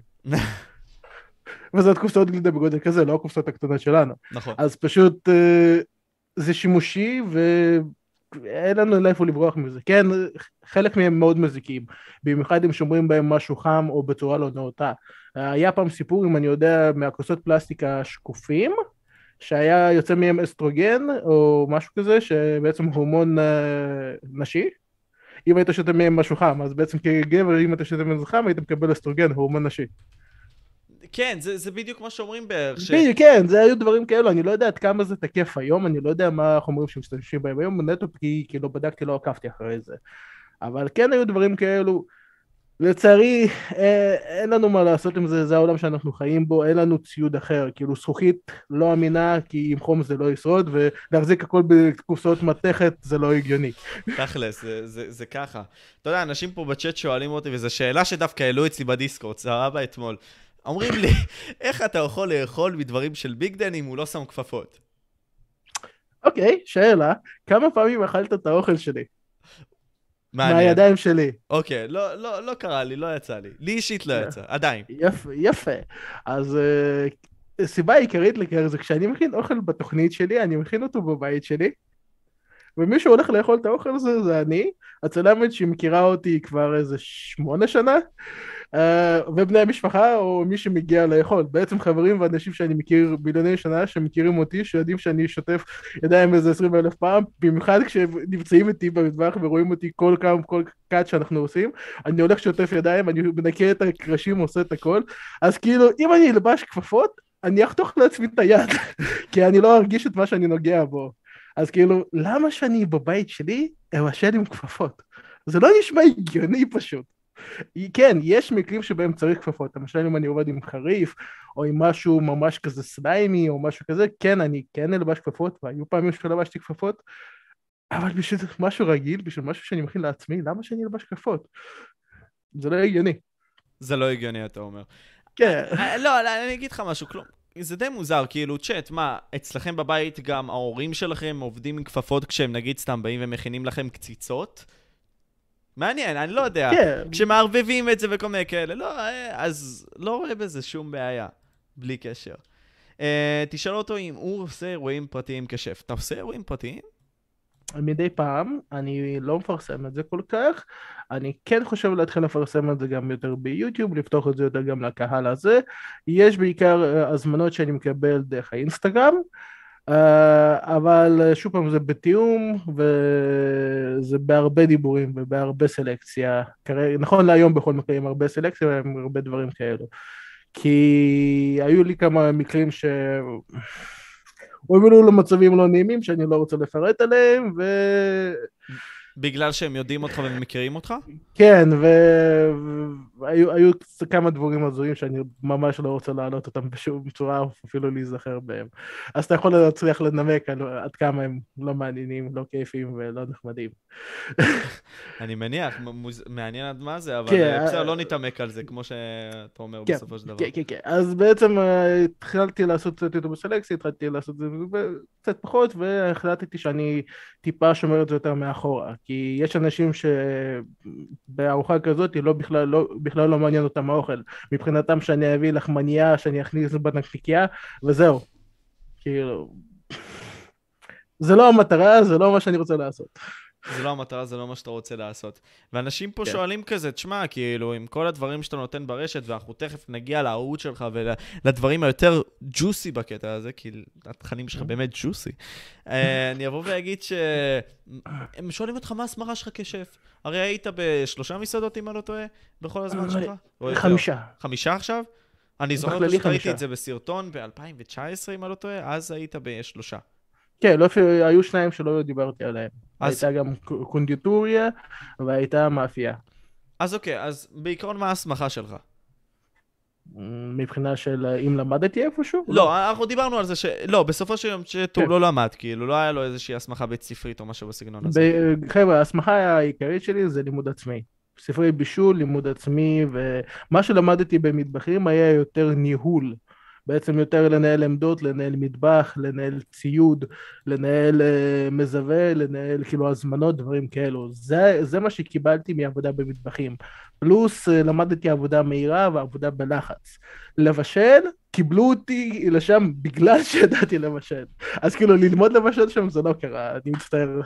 Speaker 2: וזאת קופסאות גלידה בגודל כזה, לא הקופסאות הקטנות שלנו.
Speaker 1: נכון.
Speaker 2: אז פשוט זה שימושי, ואין לנו לאיפה לברוח מזה. כן, חלק מהם מאוד מזיקים, במיוחד אם שומרים בהם משהו חם או בצורה לא נאותה. היה פעם סיפור, אם אני יודע, מהכוסות פלסטיק השקופים, שהיה יוצא מהם אסטרוגן או משהו כזה, שבעצם הורמון נשי. אם היית שותה מהם משהו חם, אז בעצם כגבר, אם היית שותה מהם חם, היית מקבל אסטרוגן, הורמון נשי.
Speaker 1: כן, זה, זה בדיוק מה שאומרים בערך. ש...
Speaker 2: בדיוק, כן, זה היו דברים כאלו, אני לא יודע עד כמה זה תקף היום, אני לא יודע מה החומרים שמשתמשים בהם היום, נטו כי, כי לא בדקתי, לא עקבתי אחרי זה. אבל כן היו דברים כאלו, לצערי, אין לנו מה לעשות עם זה, זה העולם שאנחנו חיים בו, אין לנו ציוד אחר, כאילו זכוכית לא אמינה, כי עם חום זה לא ישרוד, ולהחזיק הכל בקופסאות מתכת זה לא הגיוני.
Speaker 1: תכלס, זה, זה, זה ככה. אתה יודע, אנשים פה בצ'אט שואלים אותי, וזו שאלה שדווקא העלו אצלי בדיסקורד, זה הרבה אתמול. אומרים לי, איך אתה יכול לאכול מדברים של ביג דן אם הוא לא שם כפפות?
Speaker 2: אוקיי, שאלה, כמה פעמים אכלת את האוכל שלי? מהידיים שלי.
Speaker 1: אוקיי, לא, לא, לא קרה לי, לא יצא לי. לי אישית לא יצא, עדיין.
Speaker 2: יפה, יפה. אז סיבה העיקרית לכך זה כשאני מכין אוכל בתוכנית שלי, אני מכין אותו בבית שלי, ומישהו הולך לאכול את האוכל הזה, זה אני, הצלמת שמכירה אותי כבר איזה שמונה שנה, ובני המשפחה או מי שמגיע לאכול, בעצם חברים ואנשים שאני מכיר מיליוני שנה שמכירים אותי, שיודעים שאני שוטף ידיים איזה עשרים אלף פעם, במיוחד כשנמצאים איתי במטבח ורואים אותי כל כמה, כל קאט שאנחנו עושים, אני הולך שוטף ידיים, אני מנקה את הקרשים, עושה את הכל, אז כאילו אם אני אלבש כפפות, אני אחתוך לעצמי את היד, כי אני לא ארגיש את מה שאני נוגע בו. אז כאילו, למה שאני בבית שלי אבשל עם כפפות? זה לא נשמע הגיוני פשוט. כן, יש מקרים שבהם צריך כפפות, למשל אם אני עובד עם חריף, או עם משהו ממש כזה סליימי, או משהו כזה, כן, אני כן אלבש כפפות, והיו פעמים שלבשתי כפפות, אבל בשביל משהו רגיל, בשביל משהו שאני מכין לעצמי, למה שאני אלבש כפפות? זה לא הגיוני.
Speaker 1: זה לא הגיוני, אתה אומר.
Speaker 2: כן.
Speaker 1: לא, אני אגיד לך משהו, כלום. זה די מוזר, כאילו, צ'אט, מה, אצלכם בבית גם ההורים שלכם עובדים עם כפפות כשהם נגיד סתם באים ומכינים לכם קציצות? מעניין, אני לא יודע.
Speaker 2: כן.
Speaker 1: כשמערבבים את זה וכל מיני כאלה, לא, אז לא רואה בזה שום בעיה, בלי קשר. Uh, תשאל אותו אם הוא עושה אירועים פרטיים כשף. אתה עושה אירועים פרטיים?
Speaker 2: מדי פעם, אני לא מפרסם את זה כל כך, אני כן חושב להתחיל לפרסם את זה גם יותר ביוטיוב, לפתוח את זה יותר גם לקהל הזה. יש בעיקר הזמנות שאני מקבל דרך האינסטגרם, אבל שוב פעם זה בתיאום וזה בהרבה דיבורים ובהרבה סלקציה, נכון להיום בכל מקרה עם הרבה סלקציה ועם הרבה דברים כאלו, כי היו לי כמה מקרים ש... הובילו למצבים לא נעימים שאני לא רוצה לפרט עליהם, ו...
Speaker 1: בגלל שהם יודעים אותך ומכירים אותך?
Speaker 2: כן, והיו היו כמה דברים הזויים שאני ממש לא רוצה להעלות אותם בשום צורה, אפילו להיזכר בהם. אז אתה יכול להצליח לנמק על עד כמה הם לא מעניינים, לא כיפים ולא נחמדים.
Speaker 1: אני מניח, מעניין עד מה זה, אבל בסדר, לא נתעמק על זה, כמו שאתה אומר בסופו של דבר.
Speaker 2: כן, כן, כן. אז בעצם התחלתי לעשות קצת יותר בסלקציה, התחלתי לעשות את זה קצת פחות, והחלטתי שאני טיפה שומר את זה יותר מאחורה, כי יש אנשים שבארוחה כזאת לא בכלל לא, בכלל לא מעניין אותם האוכל, מבחינתם שאני אביא לחמניה, שאני אכניס בנקניקיה, וזהו. כאילו, זה לא המטרה, זה לא מה שאני רוצה לעשות.
Speaker 1: זה לא המטרה, זה לא מה שאתה רוצה לעשות. ואנשים פה
Speaker 2: כן.
Speaker 1: שואלים כזה, תשמע, כאילו, עם כל הדברים שאתה נותן ברשת, ואנחנו תכף נגיע לערוץ שלך ולדברים היותר ג'וסי בקטע הזה, כי התכנים שלך באמת ג'וסי. אני אבוא ואגיד שהם שואלים אותך מה הסמרה שלך כשף. הרי היית בשלושה מסעדות, אם אני לא טועה, בכל הזמן שלך?
Speaker 2: חמישה.
Speaker 1: חמישה עכשיו? אני זוכר שראיתי את זה בסרטון ב-אלפיים תשע עשרה, אם אני לא טועה, אז היית בשלושה.
Speaker 2: כן, לא, היו שניים שלא דיברתי עליהם. אז... הייתה גם קונדיטוריה והייתה מאפייה.
Speaker 1: אז אוקיי, אז בעיקרון מה ההסמכה שלך?
Speaker 2: מבחינה של אם למדתי איפשהו?
Speaker 1: לא, לא, אנחנו דיברנו על זה ש... לא, בסופו של יום שטוב כן. לא למד, כאילו, לא היה לו איזושהי הסמכה בית ספרית או משהו בסגנון הזה.
Speaker 2: חבר'ה, ההסמכה העיקרית שלי זה לימוד עצמי. ספרי בישול, לימוד עצמי, ומה שלמדתי במטבחים היה יותר ניהול. בעצם יותר לנהל עמדות, לנהל מטבח, לנהל ציוד, לנהל uh, מזווה, לנהל כאילו הזמנות, דברים כאלו. זה, זה מה שקיבלתי מעבודה במטבחים. פלוס uh, למדתי עבודה מהירה ועבודה בלחץ. לבשל, קיבלו אותי לשם בגלל שידעתי לבשל. אז כאילו ללמוד לבשל שם זה לא קרה, אני מצטער.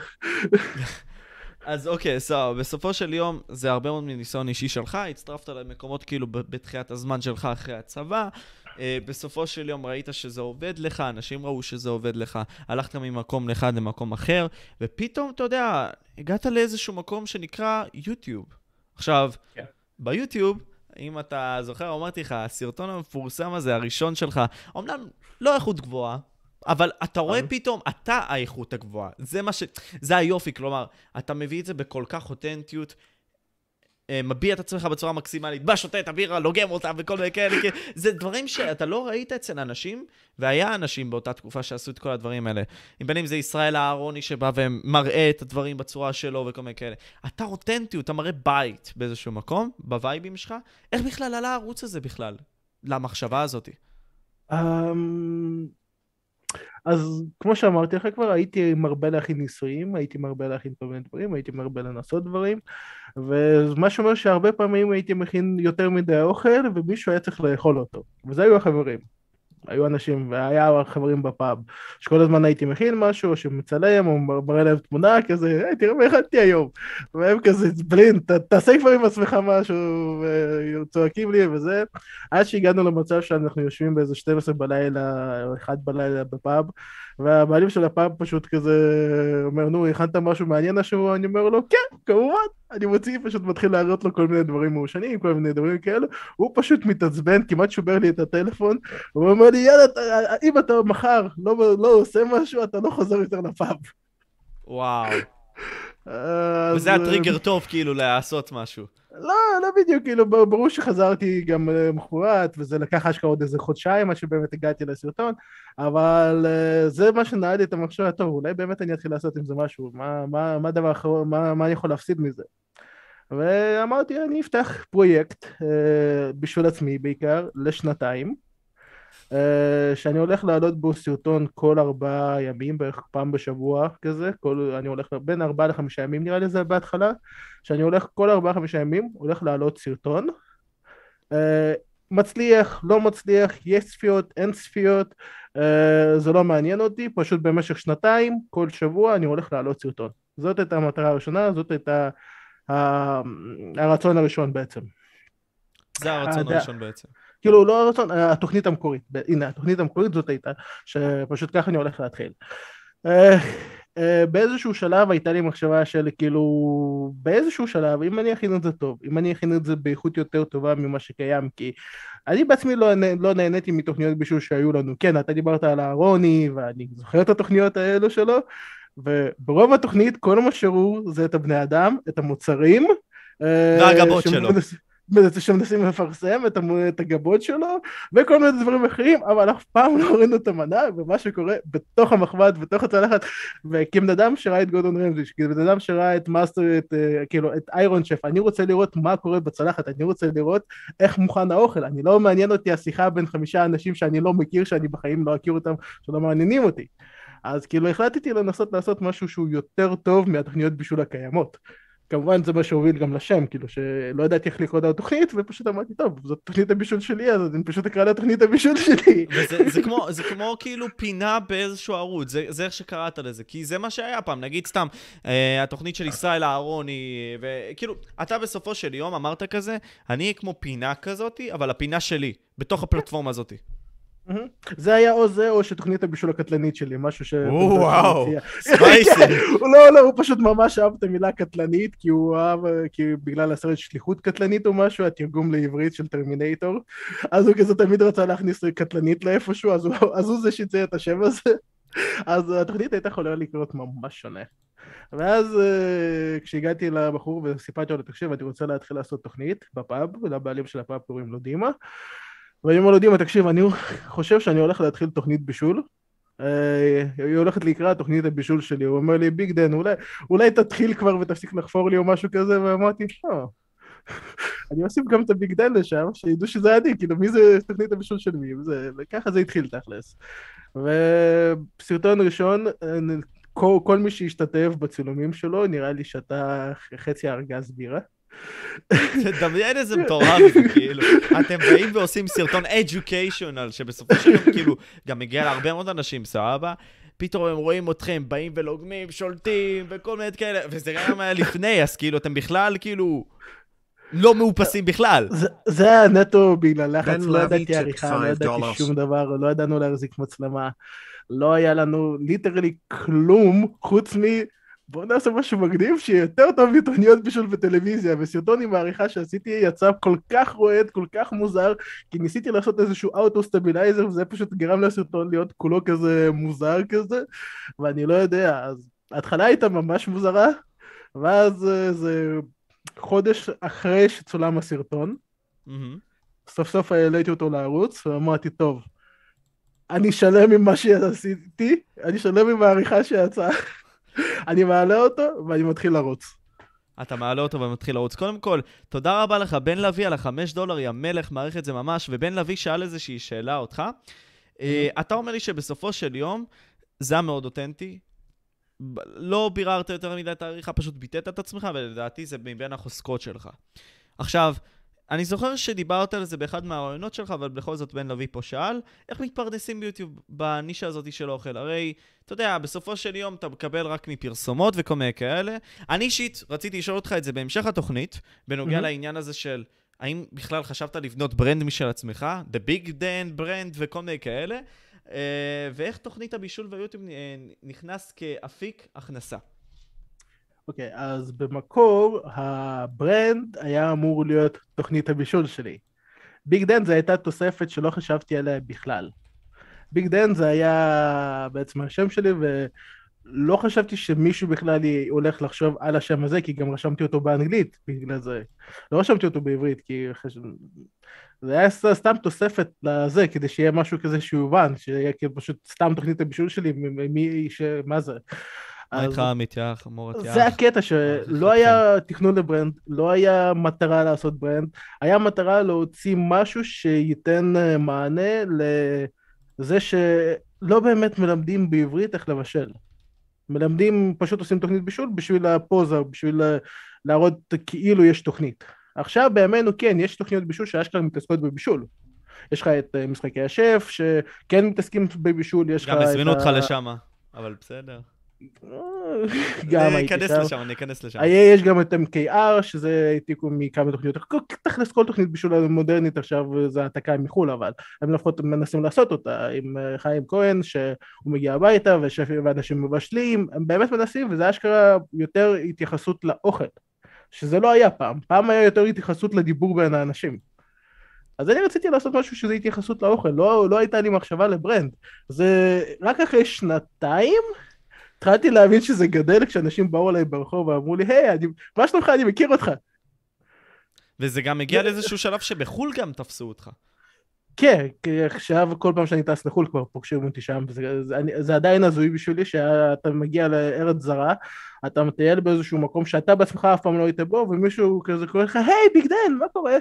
Speaker 1: אז אוקיי, סבבה, בסופו של יום זה הרבה מאוד מניסיון אישי שלך, הצטרפת למקומות כאילו בתחילת הזמן שלך אחרי הצבא, uh, בסופו של יום ראית שזה עובד לך, אנשים ראו שזה עובד לך, הלכת ממקום לאחד למקום אחר, ופתאום, אתה יודע, הגעת לאיזשהו מקום שנקרא יוטיוב. עכשיו, yeah. ביוטיוב, אם אתה זוכר, אמרתי לך, הסרטון המפורסם הזה, הראשון שלך, אמנם לא איכות גבוהה, אבל אתה רואה פתאום, אתה האיכות הגבוהה. זה מה ש... זה היופי, כלומר, אתה מביא את זה בכל כך אותנטיות, מביע את עצמך בצורה מקסימלית, בא שותה את הבירה, לוגם אותה וכל מיני כאלה, זה דברים שאתה לא ראית אצל אנשים, והיה אנשים באותה תקופה שעשו את כל הדברים האלה. אם בין אם זה ישראל הארוני שבא ומראה את הדברים בצורה שלו וכל מיני כאלה. אתה אותנטיות, אתה מראה בית באיזשהו מקום, בווייבים שלך. איך בכלל עלה הערוץ הזה בכלל? למחשבה הזאת?
Speaker 2: אז כמו שאמרתי לך כבר, הייתי מרבה להכין ניסויים, הייתי מרבה להכין כל מיני דברים, הייתי מרבה לנסות דברים, ומה שאומר שהרבה פעמים הייתי מכין יותר מדי אוכל, ומישהו היה צריך לאכול אותו, וזה היו החברים. היו אנשים, והיה חברים בפאב, שכל הזמן הייתי מכין משהו, שמצלם, או מראה להם תמונה, כזה, היי, תראה מה הכנתי היום. והם כזה, בלין, ת, תעשה כבר עם עצמך משהו, וצועקים לי וזה. עד שהגענו למצב שאנחנו יושבים באיזה שתים עשרה בלילה, או אחד בלילה בפאב, והבעלים של הפאב פשוט כזה אומר, נו, הכנת משהו מעניין השבוע? אני אומר לו, כן, כמובן, אני מוציא, פשוט מתחיל להראות לו כל מיני דברים מעושנים, כל מיני דברים כאלו, הוא פשוט מתעצבן, כמעט שובר לי את הטלפון, הוא אומר לי, יאללה, אם אתה מחר לא, לא עושה משהו, אתה לא חוזר יותר לפאב.
Speaker 1: וואו.
Speaker 2: אז...
Speaker 1: וזה הטריגר טוב כאילו לעשות משהו.
Speaker 2: לא, לא בדיוק, כאילו, ברור שחזרתי גם מחרת, וזה לקח אשכרה עוד איזה חודשיים, עד שבאמת הגעתי לסרטון, אבל זה מה שנעד לי את המחשבה, טוב, אולי באמת אני אתחיל לעשות עם זה משהו, מה, מה, מה הדבר אחרון, מה, מה אני יכול להפסיד מזה? ואמרתי, אני אפתח פרויקט בשביל עצמי בעיקר, לשנתיים, שאני הולך לעלות בו סרטון כל ארבעה ימים, בערך פעם בשבוע כזה, כל, אני הולך בין ארבעה לחמישה ימים נראה לי זה בהתחלה, שאני הולך כל ארבעה חמישה ימים, הולך לעלות סרטון, מצליח, לא מצליח, יש צפיות, אין צפיות, זה לא מעניין אותי, פשוט במשך שנתיים, כל שבוע אני הולך לעלות סרטון. זאת הייתה המטרה הראשונה, זאת הייתה הרצון הראשון בעצם.
Speaker 1: זה הרצון הראשון בעצם.
Speaker 2: כאילו לא הרצון, התוכנית המקורית, הנה התוכנית המקורית זאת הייתה, שפשוט ככה אני הולך להתחיל. באיזשהו שלב הייתה לי מחשבה של כאילו, באיזשהו שלב, אם אני אכין את זה טוב, אם אני אכין את זה באיכות יותר טובה ממה שקיים, כי אני בעצמי לא, לא נהניתי מתוכניות בישול שהיו לנו, כן, אתה דיברת על אהרוני, ואני זוכר את התוכניות האלו שלו, וברוב התוכנית כל מה שראו זה את הבני אדם, את המוצרים,
Speaker 1: והגבות שלו.
Speaker 2: שמנסים לפרסם את הגבות שלו וכל מיני דברים אחרים, אבל אף פעם לא ראינו את המנה ומה שקורה בתוך המחבת, בתוך הצלחת. וכבן אדם שראה את גורדון רמזי, כבן אדם שראה את מאסטר, את, כאילו, את איירון שף, אני רוצה לראות מה קורה בצלחת, אני רוצה לראות איך מוכן האוכל, אני לא מעניין אותי השיחה בין חמישה אנשים שאני לא מכיר, שאני בחיים לא אכיר אותם, שלא מעניינים אותי. אז כאילו החלטתי לנסות לעשות משהו שהוא יותר טוב מהתוכניות בישול הקיימות. כמובן זה מה שהוביל גם לשם, כאילו שלא ידעתי איך לקרוא את התוכנית, ופשוט אמרתי, טוב, זאת תוכנית הבישול שלי, אז אני פשוט אקרא לתוכנית הבישול שלי.
Speaker 1: וזה זה כמו, זה כמו כאילו פינה באיזשהו ערוץ, זה, זה איך שקראת לזה, כי זה מה שהיה פעם, נגיד סתם, אה, התוכנית של ישראל אהרוני, וכאילו, אתה בסופו של יום אמרת כזה, אני אהיה כמו פינה כזאת, אבל הפינה שלי, בתוך הפלטפורמה הזאת.
Speaker 2: זה היה או זה או שתוכנית הבישול הקטלנית שלי, משהו ש...
Speaker 1: וואו, ספייסי.
Speaker 2: לא, לא, הוא פשוט ממש אהב את המילה קטלנית, כי הוא אהב, כי בגלל הסרט שליחות קטלנית או משהו, התרגום לעברית של טרמינטור, אז הוא כזה תמיד רצה להכניס קטלנית לאיפשהו, אז הוא זה שיצא את השם הזה, אז התוכנית הייתה יכולה לקרות ממש שונה. ואז כשהגעתי לבחור וסיפרתי לו, תקשיב, אני רוצה להתחיל לעשות תוכנית בפאב, ולבעלים של הפאב קוראים לו דימה, ואני אומר לו, דימה, תקשיב, אני חושב שאני הולך להתחיל תוכנית בישול, היא הולכת לקרוא תוכנית הבישול שלי, הוא אומר לי, ביג דן, אולי, אולי תתחיל כבר ותפסיק לחפור לי או משהו כזה, ואמרתי, לא, אני אוסיף גם את הביג דן לשם, שידעו שזה אני, כאילו, מי זה תוכנית הבישול של מי, וזה, וככה זה התחיל תכלס. וסרטון ראשון, כל, כל מי שהשתתף בצילומים שלו, נראה לי שאתה חצי ארגז בירה.
Speaker 1: תדמיין איזה מטורף זה, כאילו, אתם באים ועושים סרטון educational, שבסופו של יום, כאילו, גם מגיע להרבה מאוד אנשים, סבבה, פתאום הם רואים אתכם, באים ולוגמים, שולטים, וכל מיני כאלה, וזה גם היה לפני, אז כאילו, אתם בכלל, כאילו, לא מאופסים בכלל.
Speaker 2: זה היה נטו בגלל לחץ, לא ידעתי עריכה, לא ידעתי שום דבר, לא ידענו להחזיק מצלמה, לא היה לנו ליטרלי כלום, חוץ מ... בואו נעשה משהו מגניב שיהיה יותר טוב מתוכניות בישול בטלוויזיה, וסרטון עם העריכה שעשיתי יצא כל כך רועד, כל כך מוזר, כי ניסיתי לעשות איזשהו אוטו-סטבילייזר, וזה פשוט גרם לסרטון להיות כולו כזה מוזר כזה, ואני לא יודע, אז ההתחלה הייתה ממש מוזרה, ואז זה חודש אחרי שצולם הסרטון, סוף סוף העליתי אותו לערוץ, ואמרתי, טוב, אני שלם עם מה שעשיתי, אני שלם עם העריכה שיצאה, אני מעלה אותו ואני מתחיל לרוץ.
Speaker 1: אתה מעלה אותו ומתחיל לרוץ. קודם כל, תודה רבה לך, בן לוי, על החמש דולר, יא מלך, מעריך את זה ממש, ובן לוי שאל איזושהי שאלה אותך. אתה אומר לי שבסופו של יום, זה מאוד אותנטי, לא ביררת יותר מדי את העריכה, פשוט ביטאת את עצמך, ולדעתי זה מבין החוזקות שלך. עכשיו, אני זוכר שדיברת על זה באחד מהרעיונות שלך, אבל בכל זאת בן לוי פה שאל, איך מתפרנסים ביוטיוב בנישה הזאת של אוכל? הרי, אתה יודע, בסופו של יום אתה מקבל רק מפרסומות וכל מיני כאלה. אני אישית רציתי לשאול אותך את זה בהמשך התוכנית, בנוגע mm-hmm. לעניין הזה של, האם בכלל חשבת לבנות ברנד משל עצמך, The Big Dan ברנד וכל מיני כאלה, ואיך תוכנית הבישול ויוטיוב נכנס כאפיק הכנסה?
Speaker 2: אוקיי, אז במקור הברנד היה אמור להיות תוכנית הבישול שלי. ביג דן זה הייתה תוספת שלא חשבתי עליה בכלל. ביג דן זה היה בעצם השם שלי, ולא חשבתי שמישהו בכלל הולך לחשוב על השם הזה, כי גם רשמתי אותו באנגלית בגלל זה. לא רשמתי אותו בעברית, כי חש... זה היה סתם תוספת לזה, כדי שיהיה משהו כזה שיובן, שיהיה כאילו פשוט סתם תוכנית הבישול שלי, מי, ש... מה זה.
Speaker 1: מה איתך מתיח, מורת יח?
Speaker 2: זה הקטע שלא היה תכנון לברנד, לא היה מטרה לעשות ברנד, היה מטרה להוציא משהו שייתן מענה לזה שלא באמת מלמדים בעברית איך לבשל. מלמדים, פשוט עושים תוכנית בישול בשביל הפוזה, בשביל להראות כאילו יש תוכנית. עכשיו בימינו כן, יש תוכניות בישול שאשכרה מתעסקות בבישול. יש לך את משחקי השף, שכן מתעסקים בבישול, יש לך את ה...
Speaker 1: גם הזמינו אותך לשם, אבל בסדר.
Speaker 2: גם
Speaker 1: אני
Speaker 2: הייתי
Speaker 1: אכנס
Speaker 2: שם.
Speaker 1: לשם, אני אכנס לשם.
Speaker 2: יש גם את אם קיי אר, שזה העתיקו מכמה תוכניות. תכלס כל תוכנית בישול מודרנית עכשיו זה העתקה מחול, אבל הם לפחות מנסים לעשות אותה עם חיים כהן, שהוא מגיע הביתה ואנשים מבשלים, הם באמת מנסים, וזה אשכרה יותר התייחסות לאוכל, שזה לא היה פעם. פעם היה יותר התייחסות לדיבור בין האנשים. אז אני רציתי לעשות משהו שזה התייחסות לאוכל, לא, לא הייתה לי מחשבה לברנד. זה רק אחרי שנתיים, התחלתי להבין שזה גדל כשאנשים באו אליי ברחוב ואמרו לי, היי, אני, מה שלומך, אני מכיר אותך.
Speaker 1: וזה גם הגיע לאיזשהו שלב שבחול גם תפסו אותך.
Speaker 2: כן, כי עכשיו כל פעם שאני טס לחול כבר פוגשים אותי שם, זה, זה, זה עדיין הזוי בשבילי שאתה מגיע לארץ זרה, אתה מטייל באיזשהו מקום שאתה בעצמך אף פעם לא היית בו, ומישהו כזה קורא לך, היי, ביג דן, מה קורה?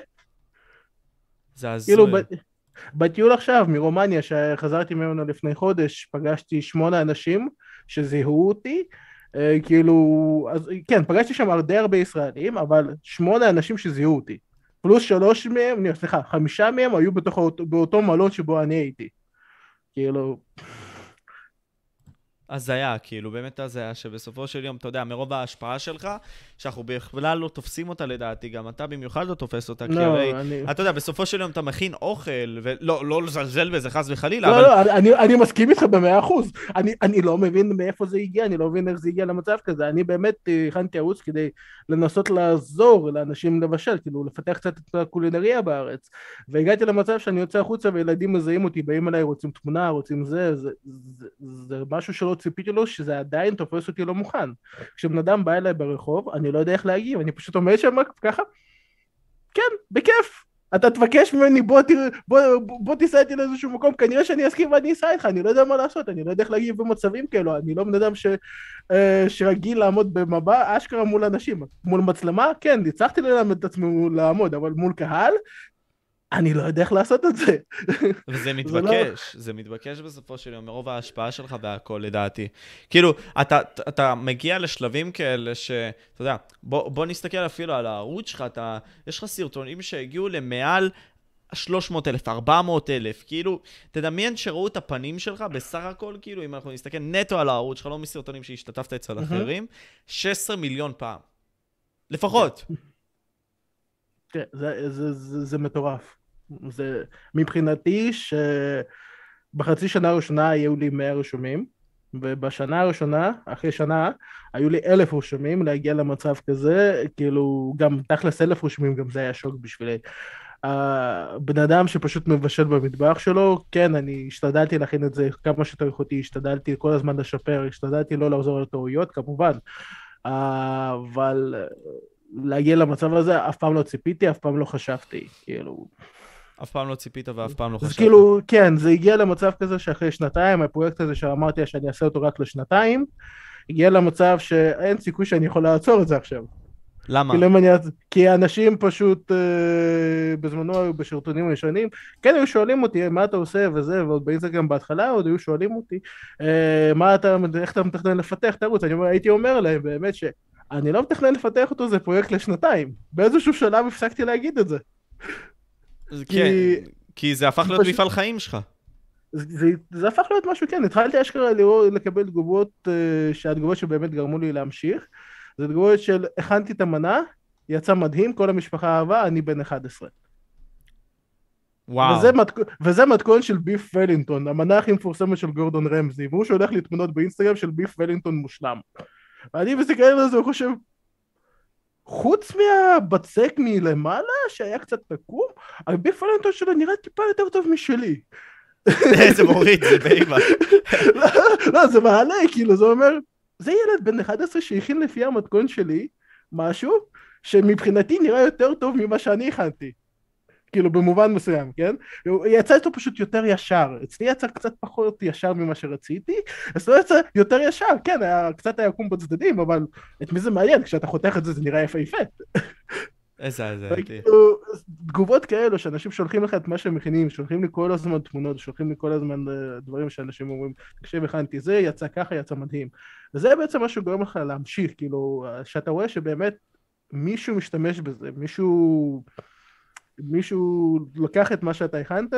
Speaker 1: זה הזוי.
Speaker 2: בטיול עכשיו מרומניה שחזרתי ממנו לפני חודש, פגשתי שמונה אנשים שזיהו אותי, כאילו, אז, כן, פגשתי שם די הרבה ישראלים, אבל שמונה אנשים שזיהו אותי, פלוס שלוש מהם, סליחה, חמישה מהם היו בתוך, באותו מלון שבו אני הייתי, כאילו...
Speaker 1: אז זה היה, כאילו, באמת זה היה שבסופו של יום, אתה יודע, מרוב ההשפעה שלך, שאנחנו בכלל לא תופסים אותה לדעתי, גם אתה במיוחד לא תופס אותה, כי הרי, אתה יודע, בסופו של יום אתה מכין אוכל, ולא, לא לזלזל בזה חס וחלילה,
Speaker 2: לא,
Speaker 1: אבל...
Speaker 2: לא, אני, אני מסכים איתך במאה אחוז, אני, אני לא מבין מאיפה זה הגיע, אני לא מבין איך זה הגיע למצב כזה, אני באמת הכנתי ערוץ כדי לנסות לעזור לאנשים לבשל, כאילו לפתח קצת את הקולינריה בארץ, והגעתי למצב שאני יוצא החוצה וילדים מזהים אותי, באים אליי, רוצים תמונה, רוצים זה, זה, זה, זה משהו שלא ציפיתי לו, שזה עדיין תופס אותי לא מוכן. כשבן אדם בא אליי ברחוב, אני לא יודע איך להגיב, אני פשוט עומד שם ככה, כן, בכיף. אתה תבקש ממני, בוא, תראה, בוא, בוא, בוא תיסע איתי לאיזשהו מקום, כנראה שאני אסכים ואני אסע איתך, אני לא יודע מה לעשות, אני לא יודע איך להגיב במצבים כאלו, אני לא בן אדם ש, uh, שרגיל לעמוד במבע, אשכרה מול אנשים, מול מצלמה, כן, הצלחתי ללמד את עצמי לעמוד, אבל מול קהל, אני לא יודע איך לעשות את זה.
Speaker 1: וזה מתבקש, זה מתבקש בסופו של יום, מרוב ההשפעה שלך והכל, לדעתי. כאילו, אתה, אתה מגיע לשלבים כאלה ש... אתה יודע, בוא, בוא נסתכל אפילו על הערוץ שלך, אתה, יש לך סרטונים שהגיעו למעל שלוש מאות אלף, ארבע מאות אלף, כאילו, תדמיין שראו את הפנים שלך בסך הכל, כאילו, אם אנחנו נסתכל נטו על הערוץ שלך, לא מסרטונים שהשתתפת אצל אחרים, שש עשרה מיליון פעם. לפחות.
Speaker 2: כן, זה, זה, זה, זה מטורף. זה מבחינתי שבחצי שנה הראשונה היו לי מאה רשומים, ובשנה הראשונה, אחרי שנה, היו לי אלף רשומים, להגיע למצב כזה, כאילו גם תכלס אלף רשומים, גם זה היה שוק בשבילי. הבן אדם שפשוט מבשל במטבח שלו, כן, אני השתדלתי להכין את זה כמה שיותר איכותי, השתדלתי כל הזמן לשפר, השתדלתי לא לחזור על טעויות, כמובן, אבל להגיע למצב הזה, אף פעם לא ציפיתי, אף פעם לא חשבתי, כאילו...
Speaker 1: אף פעם לא ציפית ואף פעם לא חשבת.
Speaker 2: אז כאילו, כן, זה הגיע למצב כזה שאחרי שנתיים, הפרויקט הזה שאמרתי שאני אעשה אותו רק לשנתיים, הגיע למצב שאין סיכוי שאני יכול לעצור את זה עכשיו.
Speaker 1: למה?
Speaker 2: כאילו, אני... כי אנשים פשוט, אה, בזמנו, בשרטונים ראשונים, כן, היו שואלים אותי, מה אתה עושה וזה, ועוד באינסטגרם בהתחלה, עוד היו שואלים אותי, אה, מה אתה, איך אתה מתכנן לפתח את הערוץ? אני אומר, הייתי אומר להם באמת ש... אני לא מתכנן לפתח אותו, זה פרויקט לשנתיים. באיזשהו שלב הפסקתי להגיד את זה.
Speaker 1: כן, כי זה הפך להיות מפעל חיים שלך.
Speaker 2: זה, זה הפך להיות משהו, כן, התחלתי אשכרה לקבל תגובות, שהתגובות שבאמת גרמו לי להמשיך, זה תגובות של הכנתי את המנה, יצא מדהים, כל המשפחה אהבה, אני בן אחד עשרה.
Speaker 1: וואו.
Speaker 2: וזה, מתכון, וזה מתכון של ביף ולינגטון, המנה הכי מפורסמת של גורדון רמזי, והוא שולח לי תמונות באינסטגרם של ביף ולינגטון מושלם. ואני מסתכל על זה וחושב, חוץ מהבצק מלמעלה, שהיה קצת תקום, הביף פלנטון שלו נראה טיפה יותר טוב משלי.
Speaker 1: זה מוריד, זה באימא.
Speaker 2: לא, לא, זה מעלה, כאילו, זה אומר, זה ילד בן אחד עשרה שהכין לפי המתכון שלי, משהו, שמבחינתי נראה יותר טוב ממה שאני הכנתי. כאילו, במובן מסוים, כן? הוא יצא איתו פשוט יותר ישר. אצלי יצא קצת פחות ישר ממה שרציתי, אצלו יצא יותר ישר, כן, היה, קצת היה עקום בצדדים, אבל את מי זה מעניין? כשאתה חותך את זה, זה נראה יפה יפה.
Speaker 1: איזה, איזה,
Speaker 2: כאילו, תגובות כאלו שאנשים שולחים לך את מה שהם מכינים, שולחים לי כל הזמן תמונות, שולחים לי כל הזמן דברים שאנשים אומרים, תקשיב, הכנתי זה, יצא ככה, יצא מדהים. וזה בעצם מה שגורם לך להמשיך, כאילו, שאתה רואה שבאמת מישהו משתמש בזה, מישהו, מישהו לוקח את מה שאתה הכנת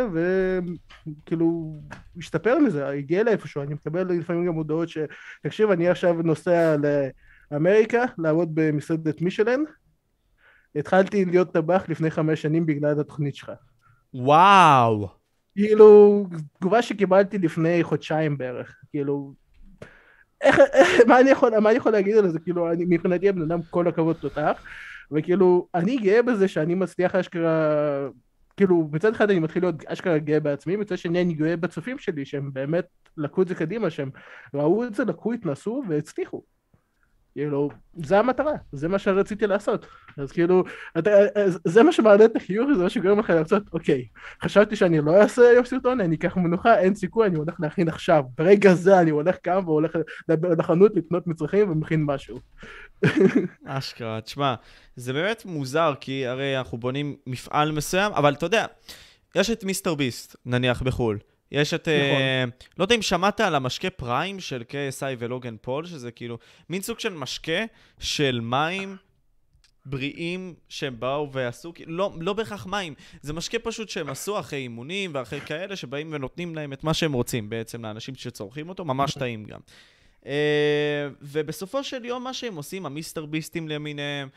Speaker 2: וכאילו משתפר מזה, הגיע לאיפשהו, אני מקבל לפעמים גם הודעות שתקשיב, אני עכשיו נוסע לאמריקה, לעבוד במסעדת מישלן, התחלתי להיות טבח לפני חמש שנים בגלל התוכנית שלך.
Speaker 1: וואו.
Speaker 2: כאילו, תגובה שקיבלתי לפני חודשיים בערך, כאילו, איך, מה אני יכול, מה אני יכול להגיד על זה? כאילו, אני, מבחינתי הבן אדם כל הכבוד תותח, וכאילו, אני גאה בזה שאני מצליח אשכרה, כאילו, מצד אחד אני מתחיל להיות אשכרה גאה בעצמי, מצד שני אני גאה בצופים שלי, שהם באמת לקחו את זה קדימה, שהם ראו את זה, לקחו, התנסו והצליחו. כאילו, זה המטרה, זה מה שרציתי לעשות. אז כאילו, אתה, זה מה שמעלה את החיוך, זה מה שגורם לך לעשות, אוקיי, חשבתי שאני לא אעשה היום סרטון, אני אקח מנוחה, אין סיכוי, אני הולך להכין עכשיו. ברגע זה אני הולך קם והולך לחנות לקנות מצרכים ומכין משהו.
Speaker 1: אשכרה, תשמע, זה באמת מוזר, כי הרי אנחנו בונים מפעל מסוים, אבל אתה יודע, יש את מיסטר ביסט, נניח בחול. יש את, נכון. uh, לא יודע אם שמעת על המשקה פריים של קיי אס איי ולוגן פול, שזה כאילו מין סוג של משקה של מים בריאים שהם באו ועשו, לא, לא בהכרח מים, זה משקה פשוט שהם עשו אחרי אימונים ואחרי כאלה שבאים ונותנים להם את מה שהם רוצים בעצם לאנשים שצורכים אותו, ממש טעים גם. Uh, ובסופו של יום מה שהם עושים, המיסטר ביסטים למיניהם,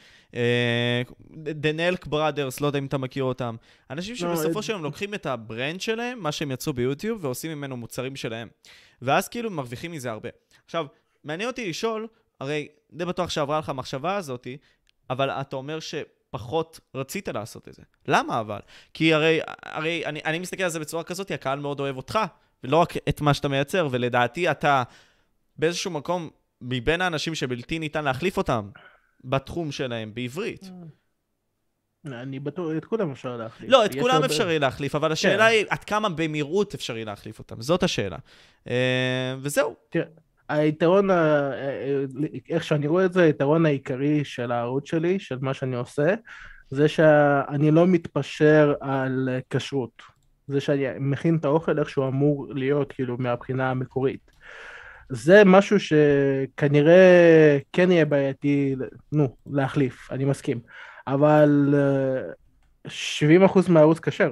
Speaker 1: דנלק בראדרס, לא יודע אם אתה מכיר אותם, אנשים שבסופו של יום לוקחים את הברנד שלהם, מה שהם יצאו ביוטיוב, ועושים ממנו מוצרים שלהם. ואז כאילו מרוויחים מזה הרבה. עכשיו, מעניין אותי לשאול, הרי די בטוח שעברה לך המחשבה הזאת, אבל אתה אומר שפחות רצית לעשות את זה. למה אבל? כי הרי, הרי אני, אני מסתכל על זה בצורה כזאת, הקהל מאוד אוהב אותך, ולא רק את מה שאתה מייצר, ולדעתי אתה באיזשהו מקום, מבין האנשים שבלתי ניתן להחליף אותם, בתחום שלהם, בעברית.
Speaker 2: אני בטוח, את כולם אפשר להחליף.
Speaker 1: לא, את כולם אפשרי להחליף, אבל השאלה היא, עד כמה במהירות אפשרי להחליף אותם. זאת השאלה. וזהו.
Speaker 2: היתרון, איך שאני רואה את זה, היתרון העיקרי של הערוץ שלי, של מה שאני עושה, זה שאני לא מתפשר על כשרות. זה שאני מכין את האוכל איך שהוא אמור להיות, כאילו, מהבחינה המקורית. זה משהו שכנראה כן יהיה בעייתי, נו, להחליף, אני מסכים. אבל שבעים אחוז מהערוץ כשר.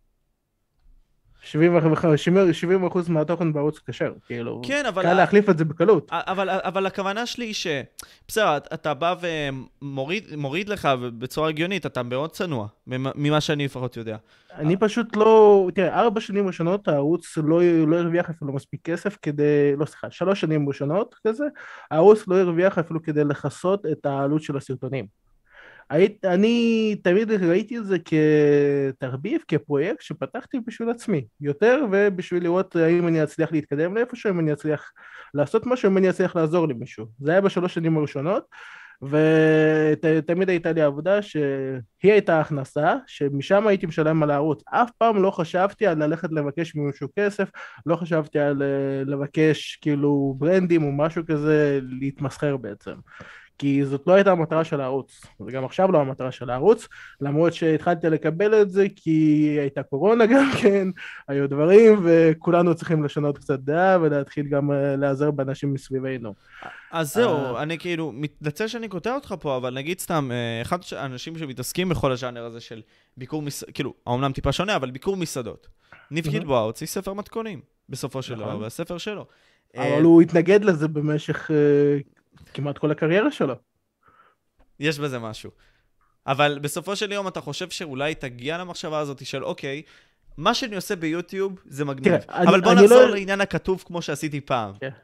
Speaker 2: שבעים אחוז מהתוכן בערוץ כשר, כאילו,
Speaker 1: כן, אבל
Speaker 2: קל להחליף את זה בקלות.
Speaker 1: אבל, אבל הכוונה שלי היא ש... בסדר, אתה בא ומוריד מוריד לך בצורה הגיונית, אתה מאוד צנוע, ממה שאני לפחות יודע.
Speaker 2: אני פשוט לא... תראה, ארבע שנים ראשונות הערוץ לא, לא הרוויח אפילו מספיק כסף כדי... לא, סליחה, שלוש שנים ראשונות כזה, הערוץ לא הרוויח אפילו כדי לחסות את העלות של הסרטונים. היית, אני תמיד ראיתי את זה כתרביב, כפרויקט שפתחתי בשביל עצמי, יותר ובשביל לראות האם אני אצליח להתקדם לאיפשהו, אם אני אצליח לעשות משהו, אם אני אצליח לעזור למישהו. זה היה בשלוש שנים הראשונות, ותמיד הייתה לי עבודה שהיא הייתה הכנסה, שמשם הייתי משלם על הערוץ. אף פעם לא חשבתי על ללכת לבקש ממישהו כסף, לא חשבתי על לבקש כאילו ברנדים או משהו כזה, להתמסחר בעצם. כי זאת לא הייתה המטרה של הערוץ, וגם עכשיו לא המטרה של הערוץ, למרות שהתחלתי לקבל את זה, כי הייתה קורונה גם כן, היו דברים, וכולנו צריכים לשנות קצת דעה, ולהתחיל גם לעזר באנשים מסביבנו.
Speaker 1: אז זהו, אני כאילו, מתנצל שאני קוטע אותך פה, אבל נגיד סתם, אחד האנשים שמתעסקים בכל הז'אנר הזה של ביקור מסעדות, כאילו, האומנם טיפה שונה, אבל ביקור מסעדות. ניב גילבוע הוציא ספר מתכונים, בסופו של דבר, והספר שלו.
Speaker 2: אבל הוא התנגד לזה במשך... כמעט כל הקריירה שלו.
Speaker 1: יש בזה משהו. אבל בסופו של יום אתה חושב שאולי תגיע למחשבה הזאת של אוקיי, מה שאני עושה ביוטיוב זה מגניב. אבל בוא נחזור לעניין הכתוב כמו שעשיתי פעם.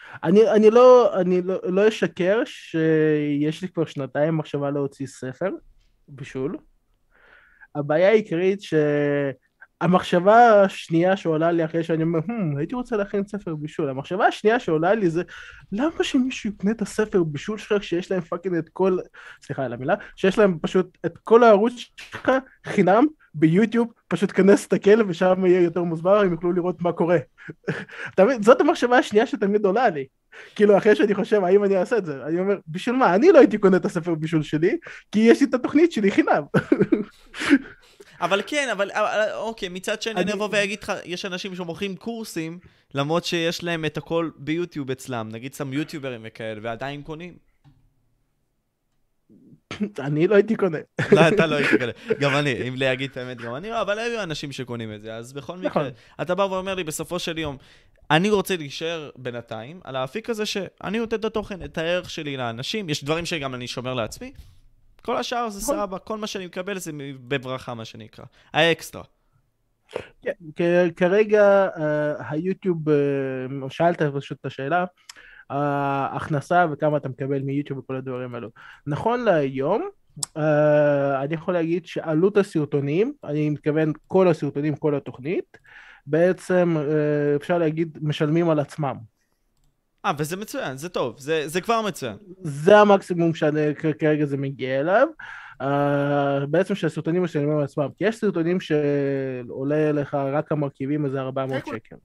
Speaker 2: אני, אני לא, אני לא, לא אשקר שיש לי כבר שנתיים מחשבה להוציא ספר בישול. הבעיה העיקרית שהמחשבה השנייה שעולה לי אחרי שאני אומר, hmm, הייתי רוצה להכין ספר בישול. המחשבה השנייה שעולה לי זה, למה שמישהו יקנה את הספר בישול שלך כשיש להם פאקינג את כל, סליחה על המילה, שיש להם פשוט את כל הערוץ שלך חינם ביוטיוב, פשוט כנס תסתכל ושם יהיה יותר מוסבר, הם יוכלו לראות מה קורה. אתה מבין? זאת המחשבה השנייה שתמיד עולה לי. כאילו אחרי שאני חושב האם אני אעשה את זה, אני אומר, בשביל מה? אני לא הייתי קונה את הספר בישול שלי, כי יש לי את התוכנית שלי חינם.
Speaker 1: אבל כן, אבל אבל, אוקיי, מצד שני
Speaker 2: אני-
Speaker 1: נבוא ויגיד לך, יש אנשים שמוכרים קורסים, למרות שיש להם את הכל ביוטיוב אצלם, נגיד סתם יוטיוברים וכאלה, ועדיין קונים.
Speaker 2: אני לא הייתי קונה.
Speaker 1: לא, אתה לא הייתי כאלה. גם אני, אם להגיד את האמת, גם אני לא, אבל היו אנשים שקונים את זה, אז בכל מקרה,
Speaker 2: נכון.
Speaker 1: אתה בא ואומר לי, בסופו של יום, אני רוצה להישאר בינתיים על האפיק הזה שאני נותן את התוכן, את הערך שלי לאנשים, יש דברים שגם אני שומר לעצמי, כל השאר זה
Speaker 2: נכון.
Speaker 1: סבבה, כל מה שאני מקבל זה בברכה, מה שנקרא. האקסטרה.
Speaker 2: כן, כ- כרגע אה, היוטיוב, אה, שאלת פשוט את השאלה, ההכנסה וכמה אתה מקבל מיוטיוב וכל הדברים האלו. נכון להיום, אה, אני יכול להגיד שעלות הסרטונים, אני מתכוון כל הסרטונים, כל התוכנית, בעצם אה, אפשר להגיד משלמים על עצמם.
Speaker 1: אה, וזה מצוין, זה טוב, זה, זה כבר מצוין.
Speaker 2: זה המקסימום שכרגע זה מגיע אליו. Uh, בעצם שהסרטונים משלמים על עצמם, כי יש סרטונים שעולה לך רק המרכיבים איזה ארבע מאות שקל.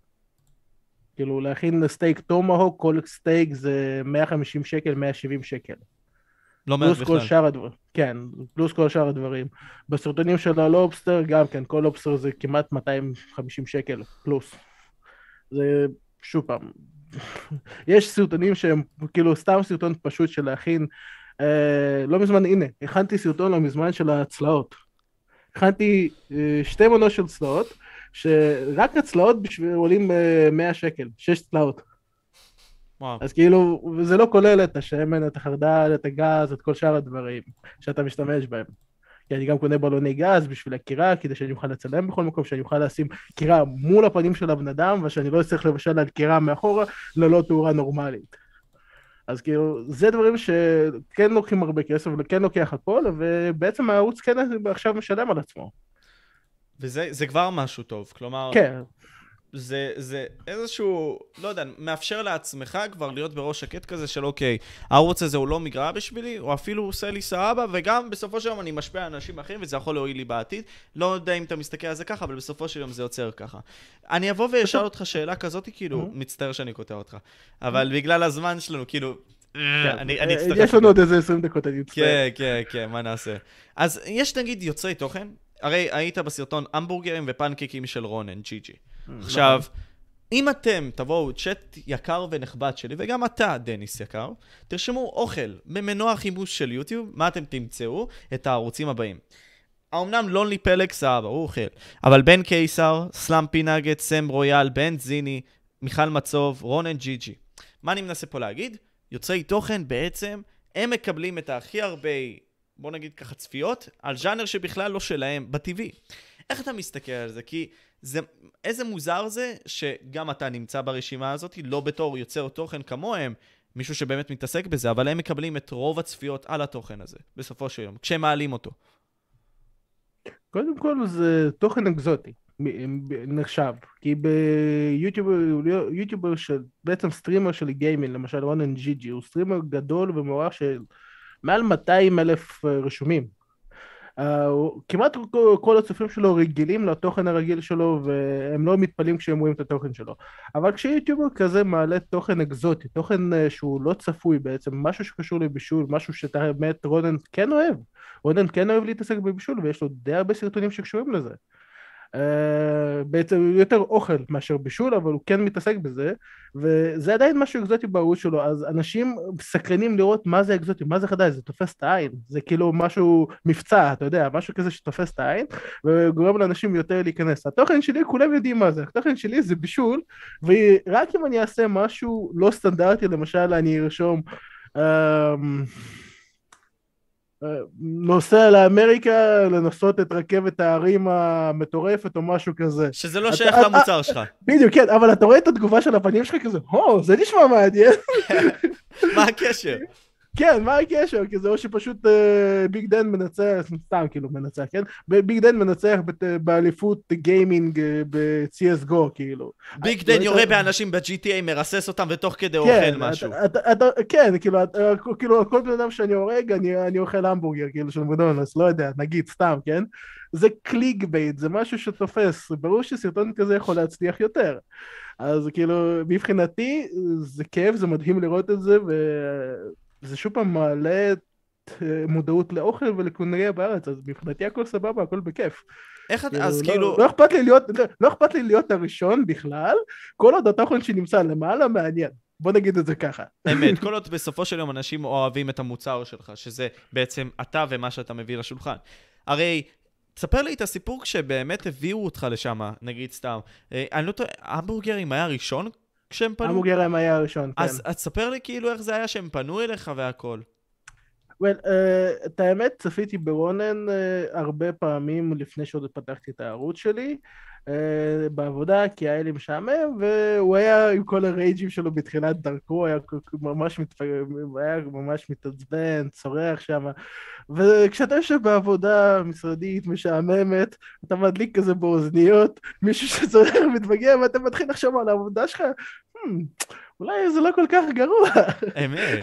Speaker 2: כאילו להכין סטייק טומהוק, כל סטייק זה מאה וחמישים שקל, מאה ושבעים שקל.
Speaker 1: לא מעט
Speaker 2: פלוס כל
Speaker 1: בכלל.
Speaker 2: שאר הדברים. כן, פלוס כל שאר הדברים. בסרטונים של הלובסטר גם כן, כל לובסטר זה כמעט מאתיים וחמישים שקל, פלוס. זה שוב פעם. יש סרטונים שהם כאילו סתם סרטון פשוט של להכין, אה, לא מזמן, הנה, הכנתי סרטון לא מזמן של הצלעות. הכנתי אה, שתי מנות של צלעות, שרק הצלעות בשביל עולים אה, מאה שקל, שש צלעות.
Speaker 1: וואו.
Speaker 2: אז כאילו, זה לא כולל את השמן, את החרדל, את הגז, את כל שאר הדברים שאתה משתמש בהם. כי אני גם קונה בלוני גז בשביל הקירה, כדי שאני אוכל לצלם בכל מקום, שאני אוכל לשים קירה מול הפנים של הבן אדם, ושאני לא אצטרך לבשל על קירה מאחורה, ללא תאורה נורמלית. אז כאילו, זה דברים שכן לוקחים הרבה כסף, וכן לוקח הכל, ובעצם הערוץ כן עכשיו משלם על עצמו.
Speaker 1: וזה זה כבר משהו טוב, כלומר,
Speaker 2: כן.
Speaker 1: זה, זה איזשהו, לא יודע, מאפשר לעצמך כבר להיות בראש שקט כזה של אוקיי, הערוץ הזה הוא לא מגרע בשבילי, או אפילו הוא עושה לי סבבה, וגם בסופו של יום אני משפיע על אנשים אחרים, וזה יכול להועיל לי בעתיד. לא יודע אם אתה מסתכל על זה ככה, אבל בסופו של יום זה יוצר ככה. אני אבוא ואשאל אותך שאלה כזאת, כאילו, מצטער שאני קוטע אותך, אבל בגלל הזמן שלנו, כאילו, אני, אני אצטרך...
Speaker 2: יש לנו עוד איזה עשרים דקות, אני אצטער.
Speaker 1: כן, כן, כן, מה נעשה? אז יש נגיד יוצרי תוכן, הרי היית בסרטון המבורגרים ופנקקים של רונן, ג'י ג'י. עכשיו, אם אתם תבואו, צ'אט יקר ונכבד שלי, וגם אתה, דניס יקר, תרשמו אוכל במנוע חימוש של יוטיוב, מה אתם תמצאו? את הערוצים הבאים. האמנם לונלי פלג סבא, הוא אוכל, אבל בן קיסר, סלאמפי נגט, סם רויאל, בן זיני, מיכל מצוב, רונן ג'י ג'י. מה אני מנסה פה להגיד? יוצרי תוכן בעצם, הם מקבלים את הכי הרבה, בוא נגיד ככה, צפיות, על ז'אנר שבכלל לא שלהם, בטבעי. איך אתה מסתכל על זה? כי זה, איזה מוזר זה שגם אתה נמצא ברשימה הזאת, לא בתור יוצר תוכן כמוהם, מישהו שבאמת מתעסק בזה, אבל הם מקבלים את רוב הצפיות על התוכן הזה, בסופו של יום, כשהם מעלים אותו.
Speaker 2: קודם כל זה תוכן אקזוטי, נחשב, כי ביוטיובר של, בעצם סטרימר של גיימינג, למשל רונן ג'י ג'י, הוא סטרימר גדול ומוערך של מעל מאתיים אלף רשומים. Uh, כמעט כל הצופים שלו רגילים לתוכן הרגיל שלו והם לא מתפלים כשהם רואים את התוכן שלו, אבל כשיוטיובר כזה מעלה תוכן אקזוטי, תוכן uh, שהוא לא צפוי בעצם, משהו שקשור לבישול, משהו שאתה באמת רונן כן אוהב, רונן כן אוהב להתעסק בבישול ויש לו די הרבה סרטונים שקשורים לזה. Uh, בעצם יותר אוכל מאשר בישול, אבל הוא כן מתעסק בזה, וזה עדיין משהו אקזוטי בערוץ שלו, אז אנשים סקרנים לראות מה זה אקזוטי, מה זה חדש, זה תופס את העין, זה כאילו משהו מבצע, אתה יודע, משהו כזה שתופס את העין, וגורם לאנשים יותר להיכנס. התוכן שלי, כולם יודעים מה זה, התוכן שלי זה בישול, ורק אם אני אעשה משהו לא סטנדרטי, למשל אני ארשום, um, נוסע לאמריקה לנסות את רכבת הערים המטורפת או משהו כזה.
Speaker 1: שזה לא שייך למוצר שלך.
Speaker 2: בדיוק, כן, אבל אתה רואה את התגובה של הפנים שלך כזה, הו, זה נשמע מעניין.
Speaker 1: מה הקשר?
Speaker 2: כן, מה הקשר? כי זה או שפשוט ביג דן מנצח, סתם כאילו מנצח, כן? ביג דן מנצח באליפות גיימינג ב-סי אס גו, כאילו.
Speaker 1: ביג דן יורה באנשים ב-ג'י טי איי, מרסס אותם ותוך כדי אוכל משהו.
Speaker 2: כן, כאילו, כל בן אדם שאני הורג, אני אוכל המבורגר, כאילו, של מקדונלדס, לא יודע, נגיד, סתם, כן? זה קליק בייט, זה משהו שתופס, ברור שסרטון כזה יכול להצליח יותר. אז כאילו, מבחינתי, זה כיף, זה מדהים לראות את זה, ו... זה שוב פעם מעלה את מודעות לאוכל ולקולינריה בארץ, אז מבחינתי הכל סבבה, הכל בכיף.
Speaker 1: איך את, אז כאילו...
Speaker 2: לא אכפת לי להיות, לא אכפת לי להיות הראשון בכלל, כל עוד התוכן שנמצא למעלה מעניין. בוא נגיד את זה ככה.
Speaker 1: אמת, כל עוד בסופו של יום אנשים אוהבים את המוצר שלך, שזה בעצם אתה ומה שאתה מביא לשולחן. הרי, תספר לי את הסיפור כשבאמת הביאו אותך לשם, נגיד סתם. אני לא טועה, המבורגרים היה ראשון? כשהם פנו?
Speaker 2: המבורגרים היה הראשון, כן.
Speaker 1: אז תספר לי כאילו איך זה היה שהם פנו אליך והכל.
Speaker 2: well, uh, את האמת, צפיתי ברונן uh, הרבה פעמים לפני שעוד פתחתי את הערוץ שלי, uh, בעבודה, כי היה לי משעמם, והוא היה עם כל הרייג'ים שלו בתחילת דרכו, היה ממש, מת... היה ממש מתעצבן, צורח שם, וכשאתה יושב בעבודה משרדית משעממת, אתה מדליק כזה באוזניות, מישהו שצורח מתבגע, ואתה מתחיל לחשוב על העבודה שלך, hmm, אולי זה לא כל כך גרוע.
Speaker 1: אמת.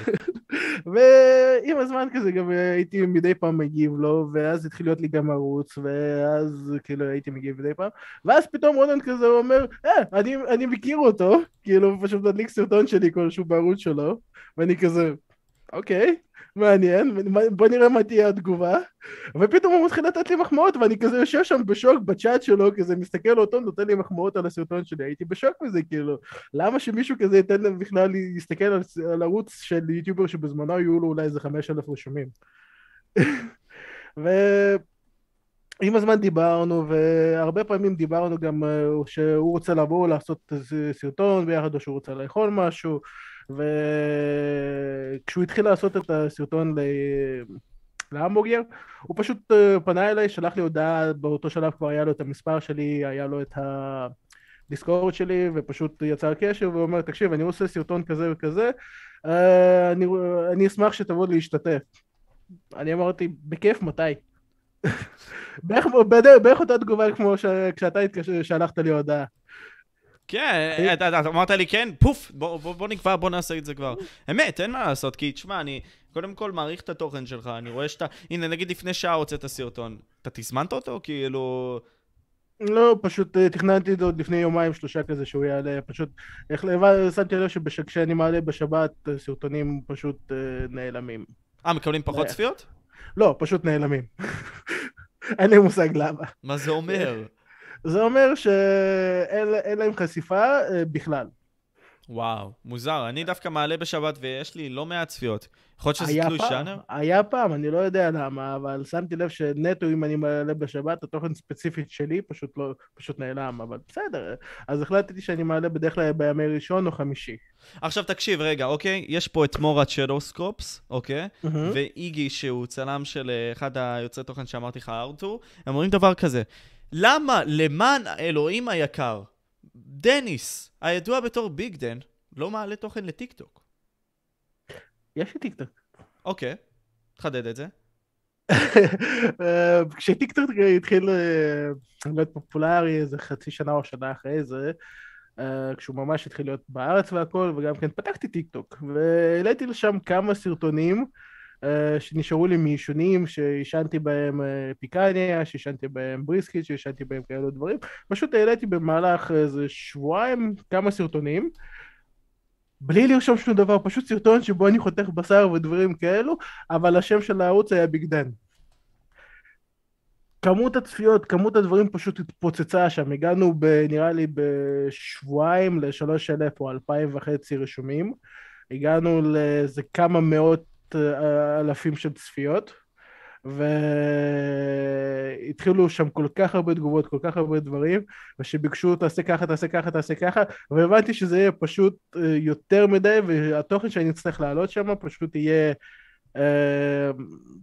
Speaker 2: ועם הזמן כזה גם הייתי מדי פעם מגיב לו, ואז התחיל להיות לי גם ערוץ, ואז כאילו הייתי מגיב מדי פעם, ואז פתאום רונן כזה אומר, אה, אני, אני מכיר אותו, כאילו פשוט מדליק סרטון שלי כלשהו בערוץ שלו, ואני כזה, אוקיי, מעניין, בוא נראה מה תהיה התגובה, ופתאום הוא מתחיל לתת לי מחמאות, ואני כזה יושב שם בשוק בצ'אט שלו, כזה מסתכל אותו, נותן לי מחמאות על הסרטון שלי, הייתי בשוק מזה, כאילו, למה שמישהו כזה ייתן להם בכלל להסתכל על, על ערוץ של יוטיובר שבזמנו היו לו אולי איזה חמש אלף רשומים. ועם הזמן דיברנו, והרבה פעמים דיברנו גם שהוא רוצה לבוא לעשות סרטון ביחד, או שהוא רוצה לאכול משהו, וכשהוא התחיל לעשות את הסרטון להמבורגר, הוא פשוט פנה אליי, שלח לי הודעה, באותו שלב כבר היה לו את המספר שלי, היה לו את הדיסקורד שלי, ופשוט יצר קשר, והוא אומר, תקשיב, אני עושה סרטון כזה וכזה, אני, אני אשמח שתבוא להשתתף. אני אמרתי, בכיף, מתי? בערך, בערך אותה תגובה כמו כשאתה שלחת לי הודעה.
Speaker 1: כן, אתה אמרת לי כן, פוף, בוא נקבע, בוא נעשה את זה כבר. אמת, אין מה לעשות, כי תשמע, אני קודם כל מעריך את התוכן שלך, אני רואה שאתה, הנה נגיד לפני שעה הוצאת סרטון, אתה תזמנת אותו? כאילו...
Speaker 2: לא, פשוט תכננתי את זה עוד לפני יומיים שלושה כזה שהוא יעלה, פשוט, שמתי לב שכשאני מעלה בשבת סרטונים פשוט נעלמים.
Speaker 1: אה, מקבלים פחות צפיות?
Speaker 2: לא, פשוט נעלמים. אין לי מושג למה.
Speaker 1: מה זה אומר?
Speaker 2: זה אומר שאין להם חשיפה בכלל.
Speaker 1: וואו, מוזר. אני דווקא מעלה בשבת ויש לי לא מעט צפיות. יכול להיות שזה תלוי ז'אנר?
Speaker 2: היה פעם, אני לא יודע למה, אבל שמתי לב שנטו אם אני מעלה בשבת, התוכן ספציפית שלי פשוט לא, פשוט נעלם, אבל בסדר. אז החלטתי שאני מעלה בדרך כלל בימי ראשון או חמישי.
Speaker 1: עכשיו תקשיב, רגע, אוקיי? יש פה את מורת שדוסקופס, אוקיי? ואיגי שהוא צלם של אחד היוצרי תוכן שאמרתי לך, ארתור, הם אומרים דבר כזה. למה, למען האלוהים היקר, דניס, הידוע בתור ביג דן, לא מעלה תוכן לטיקטוק?
Speaker 2: יש לי טיקטוק.
Speaker 1: אוקיי, תחדד את זה.
Speaker 2: כשטיקטוק התחיל להיות פופולרי, איזה חצי שנה או שנה אחרי זה, כשהוא ממש התחיל להיות בארץ והכל, וגם כן פתחתי טיקטוק, והעליתי לשם כמה סרטונים, שנשארו לי מישונים, שישנתי בהם פיקניה, שישנתי בהם בריסקיט, שישנתי בהם כאלו דברים. פשוט העליתי במהלך איזה שבועיים כמה סרטונים, בלי לרשום שום דבר, פשוט סרטון שבו אני חותך בשר ודברים כאלו, אבל השם של הערוץ היה ביג דן. כמות הצפיות, כמות הדברים פשוט התפוצצה שם, הגענו ב, נראה לי בשבועיים לשלוש אלף או אלפיים וחצי רשומים, הגענו לאיזה כמה מאות אלפים של צפיות, והתחילו שם כל כך הרבה תגובות, כל כך הרבה דברים, ושביקשו תעשה ככה, תעשה ככה, תעשה ככה, והבנתי שזה יהיה פשוט יותר מדי, והתוכן שאני אצטרך לעלות שם פשוט יהיה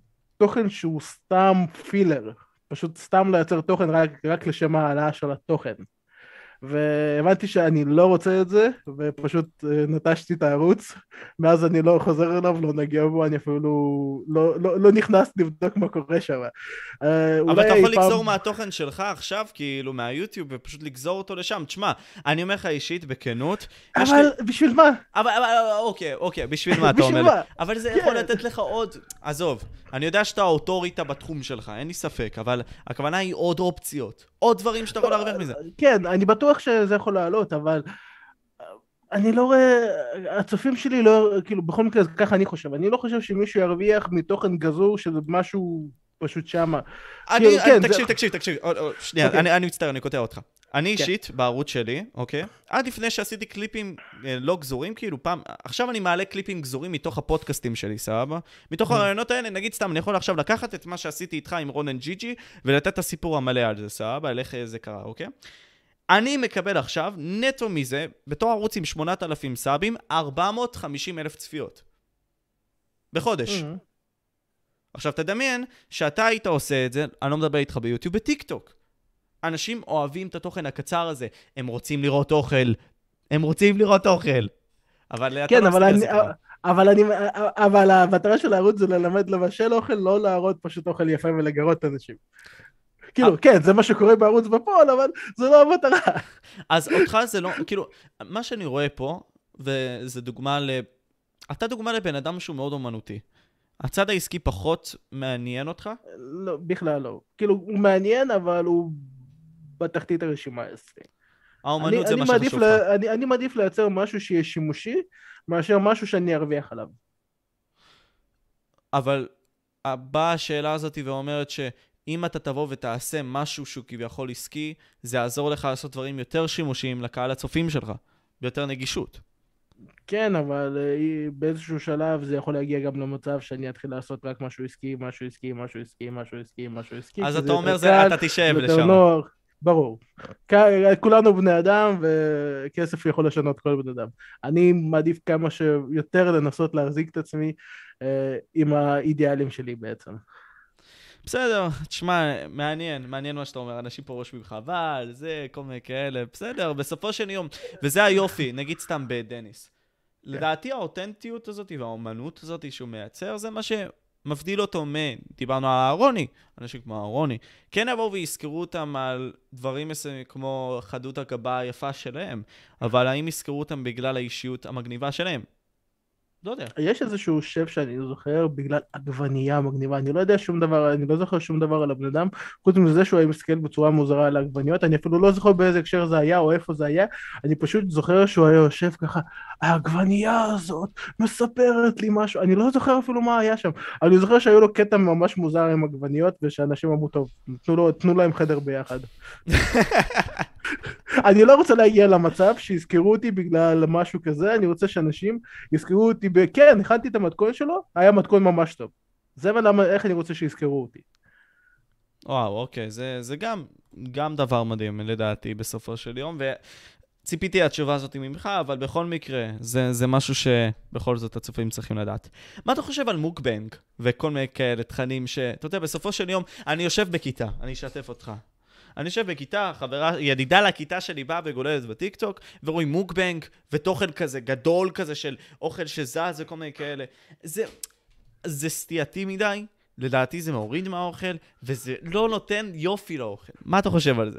Speaker 2: תוכן שהוא סתם פילר, פשוט סתם לייצר תוכן רק, רק לשם העלה של התוכן. והבנתי שאני לא רוצה את זה, ופשוט נטשתי את הערוץ, מאז אני לא חוזר אליו, לא נגיע בו, אני אפילו לא, לא, לא נכנס לבדוק מה קורה שם.
Speaker 1: אבל אתה יכול פעם... לגזור מהתוכן שלך עכשיו, כאילו מהיוטיוב, ופשוט לגזור אותו לשם. תשמע, אני אומר לך אישית, בכנות.
Speaker 2: אבל לי... בשביל מה?
Speaker 1: אבל, אבל, אוקיי, אוקיי, בשביל מה אתה אומר לי? אבל זה יכול לתת לך עוד, עזוב, אני יודע שאתה האוטוריטה בתחום שלך, אין לי ספק, אבל הכוונה היא עוד אופציות, עוד דברים שאתה יכול להרוויח מזה.
Speaker 2: כן, אני בטוח שזה יכול לעלות, אבל אני לא רואה, הצופים שלי לא, כאילו, בכל מקרה, ככה אני חושב, אני לא חושב שמישהו ירוויח מתוכן גזור שזה משהו פשוט שמה.
Speaker 1: אני, תקשיב, תקשיב, תקשיב, שנייה, אני מצטער, אני קוטע אותך. אני אישית, בערוץ שלי, אוקיי? עד לפני שעשיתי קליפים לא גזורים, כאילו פעם, עכשיו אני מעלה קליפים גזורים מתוך הפודקאסטים שלי, סבבה? מתוך הרעיונות האלה, נגיד סתם, אני יכול עכשיו לקחת את מה שעשיתי איתך עם רונן ג'י-ג'י, ולתת את הסיפור המלא על זה, סבבה? על איך זה קרה, אוקיי? אני מקבל עכשיו, נטו מזה, בתור ערוץ עם שמונת אלפים סאבים, ארבע מאות וחמישים אלף צפיות. בחודש. עכשיו תדמיין שאתה היית עושה את זה, אני לא מדבר איתך ביוטיוב, בטיק-טוק. אנשים אוהבים את התוכן הקצר הזה, הם רוצים לראות אוכל, הם רוצים לראות אוכל. אבל
Speaker 2: כן, אבל אני, אבל אני, אבל המטרה של הערוץ זה ללמד לבשל אוכל, לא להראות פשוט אוכל יפה ולגרות את אנשים. כאילו, כן, זה מה שקורה בערוץ בפועל, אבל זה לא המטרה.
Speaker 1: אז אותך זה לא, כאילו, מה שאני רואה פה, וזה דוגמה ל... אתה דוגמה לבן אדם שהוא מאוד אומנותי. הצד העסקי פחות מעניין אותך?
Speaker 2: לא, בכלל לא. כאילו, הוא מעניין, אבל הוא בתחתית הרשימה העסקית.
Speaker 1: האומנות זה מה שחשוב לך.
Speaker 2: אני, אני מעדיף לייצר משהו שיהיה שימושי, מאשר משהו שאני ארוויח עליו.
Speaker 1: אבל באה השאלה הזאת ואומרת שאם אתה תבוא ותעשה משהו שהוא כביכול עסקי, זה יעזור לך לעשות דברים יותר שימושיים לקהל הצופים שלך, ביותר נגישות.
Speaker 2: כן, אבל באיזשהו שלב זה יכול להגיע גם למצב שאני אתחיל לעשות רק משהו עסקי, משהו עסקי, משהו עסקי, משהו עסקי, משהו עסקי.
Speaker 1: אז אתה אומר, אתה תשב לשם.
Speaker 2: ברור. כולנו בני אדם, וכסף יכול לשנות כל בני אדם. אני מעדיף כמה שיותר לנסות להחזיק את עצמי עם האידיאלים שלי בעצם.
Speaker 1: בסדר, תשמע, מעניין, מעניין מה שאתה אומר, אנשים פה רושמים חבל, זה, כל מיני כאלה, בסדר, בסופו של יום, וזה היופי, נגיד סתם בדניס. לדעתי האותנטיות הזאת והאומנות הזאת שהוא מייצר, זה מה שמבדיל אותו מ... דיברנו על הארוני, אנשים כמו הארוני. כן יבואו ויזכרו אותם על דברים מסוימים כמו חדות הגבה היפה שלהם, אבל האם יזכרו אותם בגלל האישיות המגניבה שלהם? לא יודע.
Speaker 2: יש איזשהו שף שאני זוכר בגלל עגבנייה מגניבה, אני לא יודע שום דבר, אני לא זוכר שום דבר על הבן אדם, חוץ מזה שהוא היה מסתכל בצורה מוזרה על העגבניות, אני אפילו לא זוכר באיזה הקשר זה היה או איפה זה היה, אני פשוט זוכר שהוא היה יושב ככה, העגבנייה הזאת מספרת לי משהו, אני לא זוכר אפילו מה היה שם, אני זוכר שהיו לו קטע ממש מוזר עם עגבניות, ושאנשים אמרו טוב, תנו, לו, תנו להם חדר ביחד. אני לא רוצה להגיע למצב שיזכרו אותי בגלל משהו כזה, אני רוצה שאנשים יזכרו אותי, כן, הכנתי את המתכון שלו, היה מתכון ממש טוב. זה ולמה, איך אני רוצה שיזכרו אותי.
Speaker 1: וואו, אוקיי, זה, זה גם, גם דבר מדהים לדעתי בסופו של יום, וציפיתי התשובה הזאת ממך, אבל בכל מקרה, זה, זה משהו שבכל זאת הצופים צריכים לדעת. מה אתה חושב על מוקבנג וכל מיני כאלה תכנים ש... אתה יודע, בסופו של יום, אני יושב בכיתה, אני אשתף אותך. אני יושב בכיתה, חברה, ידידה לכיתה שלי באה וגוללת בטיקטוק, ורואים מוקבנג ותוכן כזה גדול כזה של אוכל שזז וכל מיני כאלה. זה, זה סטייתי מדי, לדעתי זה מוריד מהאוכל, וזה לא נותן יופי לאוכל. מה אתה חושב על זה?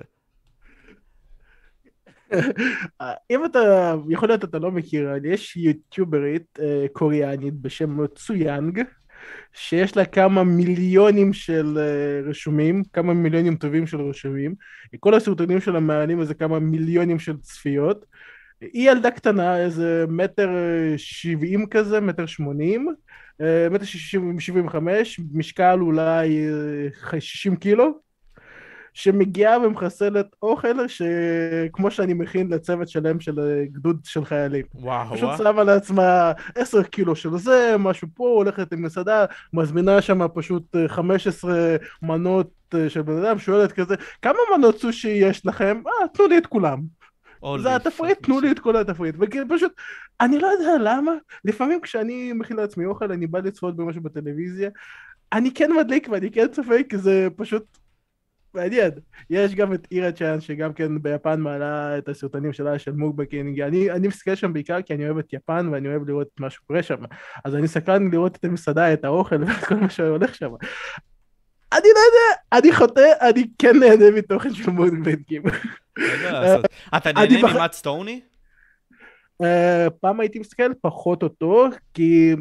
Speaker 2: אם אתה, יכול להיות אתה לא מכיר, יש יוטיוברית קוריאנית בשם צויאנג, שיש לה כמה מיליונים של uh, רשומים, כמה מיליונים טובים של רשומים, כל הסרטונים שלה מעלים איזה כמה מיליונים של צפיות, היא ילדה קטנה, איזה מטר שבעים כזה, מטר שמונים, מטר שישים, שבעים וחמש, משקל אולי שישים קילו, שמגיעה ומחסלת אוכל שכמו שאני מכין לצוות שלם של גדוד של חיילים.
Speaker 1: וואו,
Speaker 2: פשוט שמה לעצמה עשר קילו של זה, משהו פה, הולכת עם מסעדה, מזמינה שם פשוט חמש עשרה מנות של בן אדם, שואלת כזה, כמה מנות סושי יש לכם? אה, תנו לי את כולם. זה התפריט, תנו לי את כל התפריט. וכאילו פשוט, אני לא יודע למה, לפעמים כשאני מכין לעצמי אוכל, אני בא לצפות במשהו בטלוויזיה, אני כן מדליק ואני כן צופה, כי זה פשוט מעניין. יש גם את אירה צ'אן, שגם כן ביפן מעלה את הסרטונים שלה של מוקבקינג. אני, אני מסתכל שם בעיקר כי אני אוהב את יפן, ואני אוהב לראות את מה שקורה שם. אז אני סקרן לראות את המסעדה, את האוכל ואת כל מה שהולך שם. אני לא יודע, אני חוטא, אני כן נהנה מתוכן של מוקבקינג.
Speaker 1: אתה נהנה ממאט סטוני?
Speaker 2: פעם הייתי מסתכל פחות אותו, כי...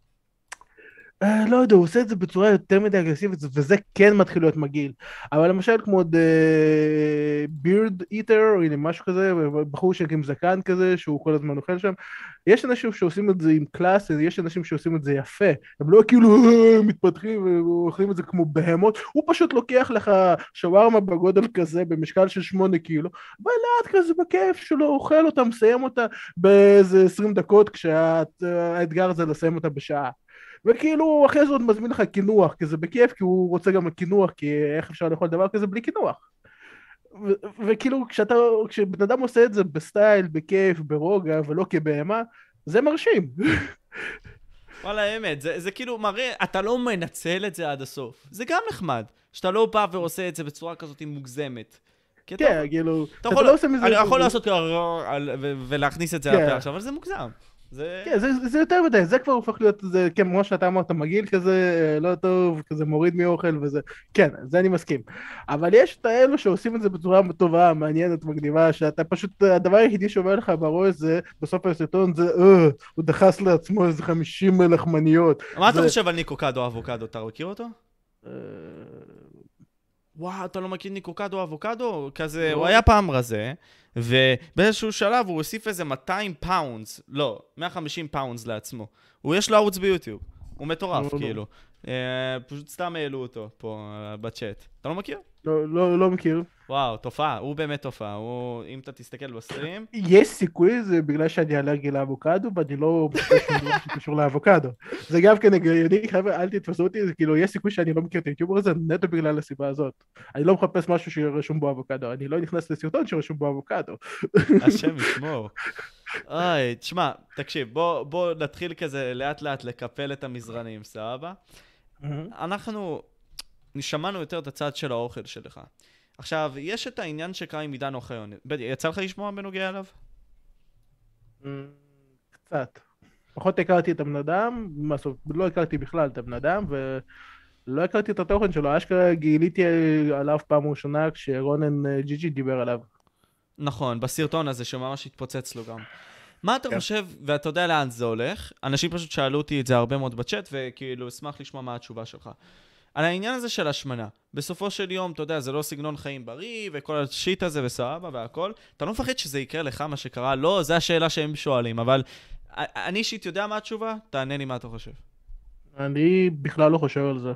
Speaker 2: לא יודע, הוא עושה את זה בצורה יותר מדי אגרסיבית, וזה כן מתחיל להיות מגעיל. אבל למשל כמו בירד איטר, או הנה משהו כזה, בחור עם זקן כזה, שהוא כל הזמן אוכל שם, יש אנשים שעושים את זה עם קלאס, יש אנשים שעושים את זה יפה, הם לא כאילו מתפתחים ואוכלים את זה כמו בהמות, הוא פשוט לוקח לך שווארמה בגודל כזה, במשקל של שמונה קילו, ולאט כזה בכיף שלו, אוכל אותה, מסיים אותה באיזה עשרים דקות, כשהאתגר זה לסיים אותה בשעה. וכאילו אחרי זה עוד מזמין לך כינוח, כי זה בכיף, כי הוא רוצה גם כינוח, כי איך אפשר לאכול דבר כזה בלי כינוח. ו- וכאילו כשאתה, כשבן אדם עושה את זה בסטייל, בכיף, ברוגע, ולא כבהמה, זה מרשים.
Speaker 1: וואלה, האמת, זה, זה כאילו מראה, אתה לא מנצל את זה עד הסוף. זה גם נחמד, שאתה לא בא ועושה את זה בצורה כזאת מוגזמת.
Speaker 2: כן, כאילו,
Speaker 1: אתה יכול,
Speaker 2: לא עושה מזה...
Speaker 1: אני יכול לעשות ככה ולהכניס את זה לפה עכשיו, אבל זה מוגזם. זה...
Speaker 2: כן, זה, זה יותר מדי, זה כבר הופך להיות, זה, כן, כמו שאתה אמרת, מגעיל כזה, לא טוב, כזה מוריד מאוכל וזה, כן, זה אני מסכים. אבל יש את האלו שעושים את זה בצורה טובה, מעניינת, מגניבה, שאתה פשוט, הדבר היחידי שעובר לך בראש זה, בסוף הסרטון זה, אה, הוא דחס לעצמו איזה חמישים לחמניות.
Speaker 1: מה
Speaker 2: זה...
Speaker 1: אתה חושב על ניקוקדו אבוקדו, אתה מכיר אותו? וואו, אתה לא מכיר ניקוקדו אבוקדו? כזה, הוא היה פעם רזה, ובאיזשהו שלב הוא הוסיף איזה מאתיים פאונדס, לא, מאה וחמישים פאונדס לעצמו. הוא יש לו ערוץ ביוטיוב, הוא מטורף כאילו. פשוט סתם העלו אותו פה בצ'אט. אתה לא מכיר?
Speaker 2: לא, לא, לא מכיר.
Speaker 1: וואו, תופעה, הוא באמת תופעה. הוא, אם אתה תסתכל בסטרים...
Speaker 2: יש סיכוי, זה בגלל שאני אלרגי לאבוקדו, ואני לא מכיר שום דבר שקשור לאבוקדו. זה גם כן הגיוני, חבר'ה, אל תתפסו אותי, זה כאילו, יש סיכוי שאני לא מכיר את היוטיובר הזה, נטו בגלל הסיבה הזאת. אני לא מחפש משהו שרשום בו אבוקדו, אני לא נכנס לסרטון שרשום בו אבוקדו.
Speaker 1: השם ישמור. אוי, תשמע, תקשיב, בוא, בוא נתחיל כזה לאט לאט לקפל את המזרנים, סבבה? אנחנו שמענו יותר את הצד של האוכל שלך. עכשיו, יש את העניין שקרה עם עידן אוחיון. יצא לך לשמוע בנוגע אליו?
Speaker 2: קצת. פחות הכרתי את הבן אדם, לא הכרתי בכלל את הבן אדם, ולא הכרתי את התוכן שלו. אשכרה גיליתי עליו פעם ראשונה כשרונן ג'י ג'י דיבר עליו.
Speaker 1: נכון, בסרטון הזה שממש התפוצץ לו גם. מה אתה חושב, ואתה יודע לאן זה הולך? אנשים פשוט שאלו אותי את זה הרבה מאוד בצ'אט, וכאילו אשמח לשמוע מה התשובה שלך. על העניין הזה של השמנה. בסופו של יום, אתה יודע, זה לא סגנון חיים בריא, וכל השיט הזה וסבבה והכל. אתה לא מפחד שזה יקרה לך מה שקרה? לא, זו השאלה שהם שואלים, אבל אני אישית יודע מה התשובה? תענה לי מה אתה חושב.
Speaker 2: אני בכלל לא חושב על זה.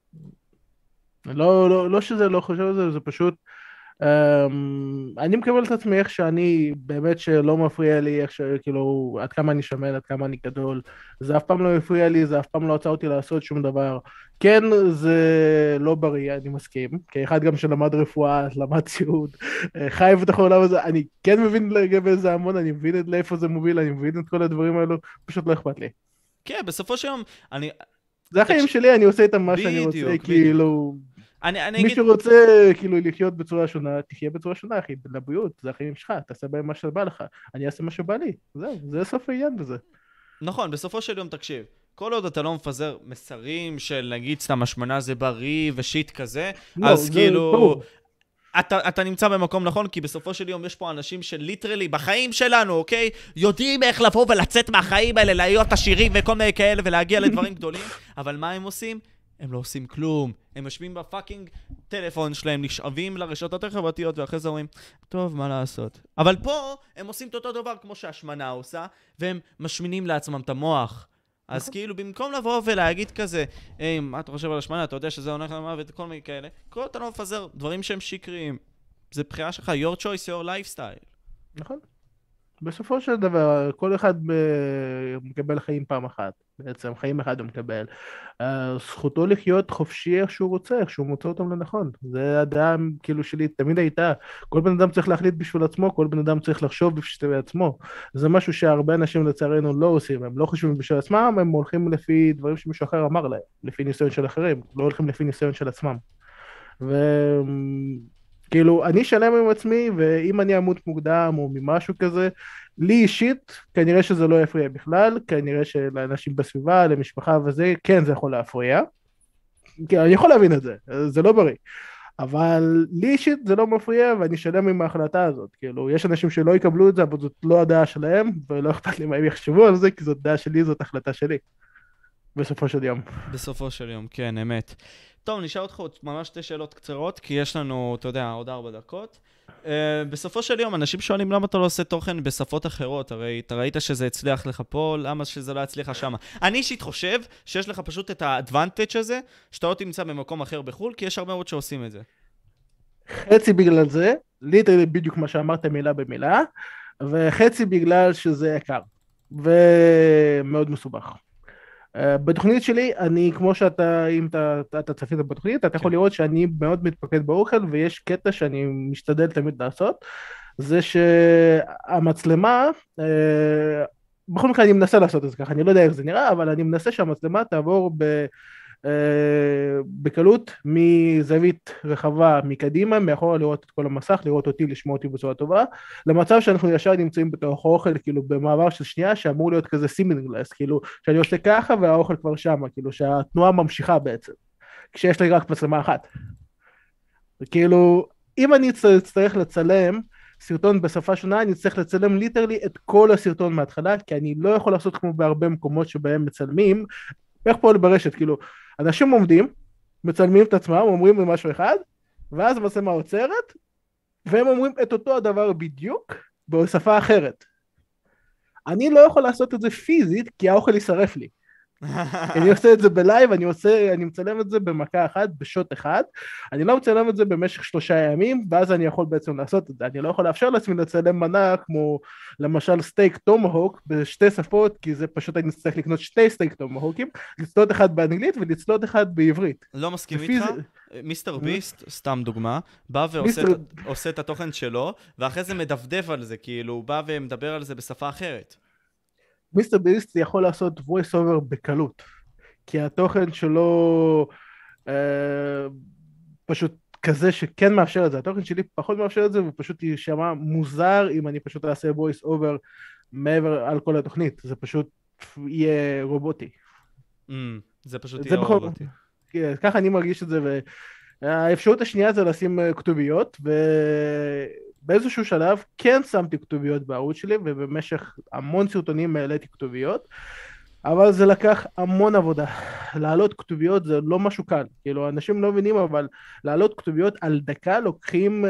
Speaker 2: לא, לא, לא שזה לא חושב על זה, זה פשוט... Um, אני מקבל את עצמי איך שאני, באמת שלא מפריע לי, איך שכאילו, עד כמה אני שמן, עד כמה אני גדול, זה אף פעם לא מפריע לי, זה אף פעם לא עצר אותי לעשות שום דבר. כן, זה לא בריא, אני מסכים, כאחד גם שלמד רפואה, למד סיעוד, חי בתוך העולם הזה, אני כן מבין לגבי זה המון, אני מבין את לאיפה זה מוביל, אני מבין את כל הדברים האלו, פשוט לא אכפת לי.
Speaker 1: כן, בסופו של יום, אני...
Speaker 2: זה החיים שלי, אני עושה איתם מה שאני רוצה, כאילו...
Speaker 1: אני, אני
Speaker 2: מי
Speaker 1: אגיד...
Speaker 2: שרוצה כאילו לחיות בצורה שונה, תחיה בצורה שונה, אחי, לבריאות, זה החיים שלך, תעשה בהם מה שבא לך, אני אעשה מה שבא לי, זהו, זה סוף העניין בזה.
Speaker 1: נכון, בסופו של יום תקשיב, כל עוד אתה לא מפזר מסרים של נגיד סתם השמנה זה בריא ושיט כזה, לא, אז כאילו... אתה, אתה נמצא במקום נכון, כי בסופו של יום יש פה אנשים שליטרלי בחיים שלנו, אוקיי? יודעים איך לבוא ולצאת מהחיים האלה, להיות עשירים וכל מיני כאלה ולהגיע לדברים גדולים, אבל מה הם עושים? הם לא עושים כלום. הם יושבים בפאקינג טלפון שלהם, נשאבים לרשתות החברתיות, ואחרי זה אומרים, טוב, מה לעשות? אבל פה הם עושים את אותו דבר כמו שהשמנה עושה, והם משמינים לעצמם את המוח. אז כאילו, במקום לבוא ולהגיד כזה, היי, מה אתה חושב על השמנה? אתה יודע שזה הולך למוות וכל מיני כאלה, כל אתה לא מפזר דברים שהם שקריים. זה בחירה שלך, your choice, your lifestyle.
Speaker 2: נכון. בסופו של דבר, כל אחד ב- מקבל חיים פעם אחת, בעצם חיים אחד הוא מקבל. אה, זכותו לחיות חופשי איך שהוא רוצה, איך שהוא מוצא אותם לנכון. זה הדעה כאילו שלי תמיד הייתה. כל בן אדם צריך להחליט בשביל עצמו, כל בן אדם צריך לחשוב בשביל עצמו. זה משהו שהרבה אנשים לצערנו לא עושים, הם לא חושבים בשביל עצמם, הם הולכים לפי דברים שמישהו אחר אמר להם, לפי ניסיון של אחרים, לא הולכים לפי ניסיון של עצמם. וכאילו, אני שלם עם עצמי, ואם אני אמות מוקדם או ממשהו כזה, לי אישית, כנראה שזה לא יפריע בכלל, כנראה שלאנשים בסביבה, למשפחה וזה, כן זה יכול להפריע. כן, אני יכול להבין את זה, זה לא בריא. אבל לי אישית זה לא מפריע, ואני שלם עם ההחלטה הזאת. כאילו, יש אנשים שלא יקבלו את זה, אבל זאת לא הדעה שלהם, ולא אכפת לי מה הם יחשבו על זה, כי זאת דעה שלי, זאת החלטה שלי. בסופו של יום.
Speaker 1: בסופו של יום, כן, אמת. טוב, נשאל אותך עוד ממש שתי שאלות קצרות, כי יש לנו, אתה יודע, עוד ארבע דקות. Uh, בסופו של יום, אנשים שואלים למה אתה לא עושה תוכן בשפות אחרות, הרי אתה ראית שזה הצליח לך פה, למה שזה לא יצליח לך שמה. אני אישית חושב שיש לך פשוט את האדוונטג' הזה, שאתה לא תמצא במקום אחר בחול, כי יש הרבה מאוד שעושים את זה.
Speaker 2: חצי בגלל זה, ליטרלי בדיוק מה שאמרת מילה במילה, וחצי בגלל שזה יקר, ומאוד מסובך. Uh, בתוכנית שלי, אני, כמו שאתה, אם אתה, אתה, אתה צפית בתוכנית, אתה יכול לראות שאני מאוד מתפקד באוכל, ויש קטע שאני משתדל תמיד לעשות, זה שהמצלמה, uh, בכל מקרה אני מנסה לעשות את זה ככה, אני לא יודע איך זה נראה, אבל אני מנסה שהמצלמה תעבור ב... בקלות מזווית רחבה מקדימה, מאחורה לראות את כל המסך, לראות אותי, לשמוע אותי בצורה טובה, למצב שאנחנו ישר נמצאים בתוך האוכל, כאילו במעבר של שנייה, שאמור להיות כזה סימינגלס, כאילו שאני עושה ככה והאוכל כבר שמה, כאילו שהתנועה ממשיכה בעצם, כשיש לי רק מצלמה אחת. כאילו, אם אני אצטרך לצלם סרטון בשפה שונה, אני צריך לצלם ליטרלי את כל הסרטון מההתחלה, כי אני לא יכול לעשות כמו בהרבה מקומות שבהם מצלמים, איך פועל ברשת, כאילו, אנשים עומדים, מצלמים את עצמם, אומרים לי משהו אחד, ואז המצלמה עוצרת, והם אומרים את אותו הדבר בדיוק, בשפה אחרת. אני לא יכול לעשות את זה פיזית, כי האוכל יישרף לי. אני עושה את זה בלייב, אני עושה, אני מצלם את זה במכה אחת, בשוט אחד, אני לא מצלם את זה במשך שלושה ימים, ואז אני יכול בעצם לעשות את זה, אני לא יכול לאפשר לעצמי לצלם מנה, כמו למשל סטייק טומהוק, בשתי שפות, כי זה פשוט אני צריך לקנות שתי סטייק טומהוקים, לצלות אחד באנגלית ולצלות אחד בעברית.
Speaker 1: לא מסכים איתך? מיסטר ביסט, סתם דוגמה, בא ועושה את התוכן שלו, ואחרי זה מדפדף על זה, כאילו הוא בא ומדבר על זה בשפה אחרת.
Speaker 2: מיסטר ביסט יכול לעשות voice over בקלות, כי התוכן שלו אה, פשוט כזה שכן מאפשר את זה, התוכן שלי פחות מאפשר את זה, ופשוט יישמע מוזר אם אני פשוט אעשה voice over מעבר על כל התוכנית, זה פשוט יהיה רובוטי.
Speaker 1: Mm, זה פשוט יהיה בכל... רובוטי.
Speaker 2: כן, ככה אני מרגיש את זה, והאפשרות השנייה זה לשים כתוביות, ו... באיזשהו שלב כן שמתי כתוביות בערוץ שלי, ובמשך המון סרטונים העליתי כתוביות, אבל זה לקח המון עבודה. להעלות כתוביות זה לא משהו קל, כאילו אנשים לא מבינים, אבל להעלות כתוביות על דקה לוקחים,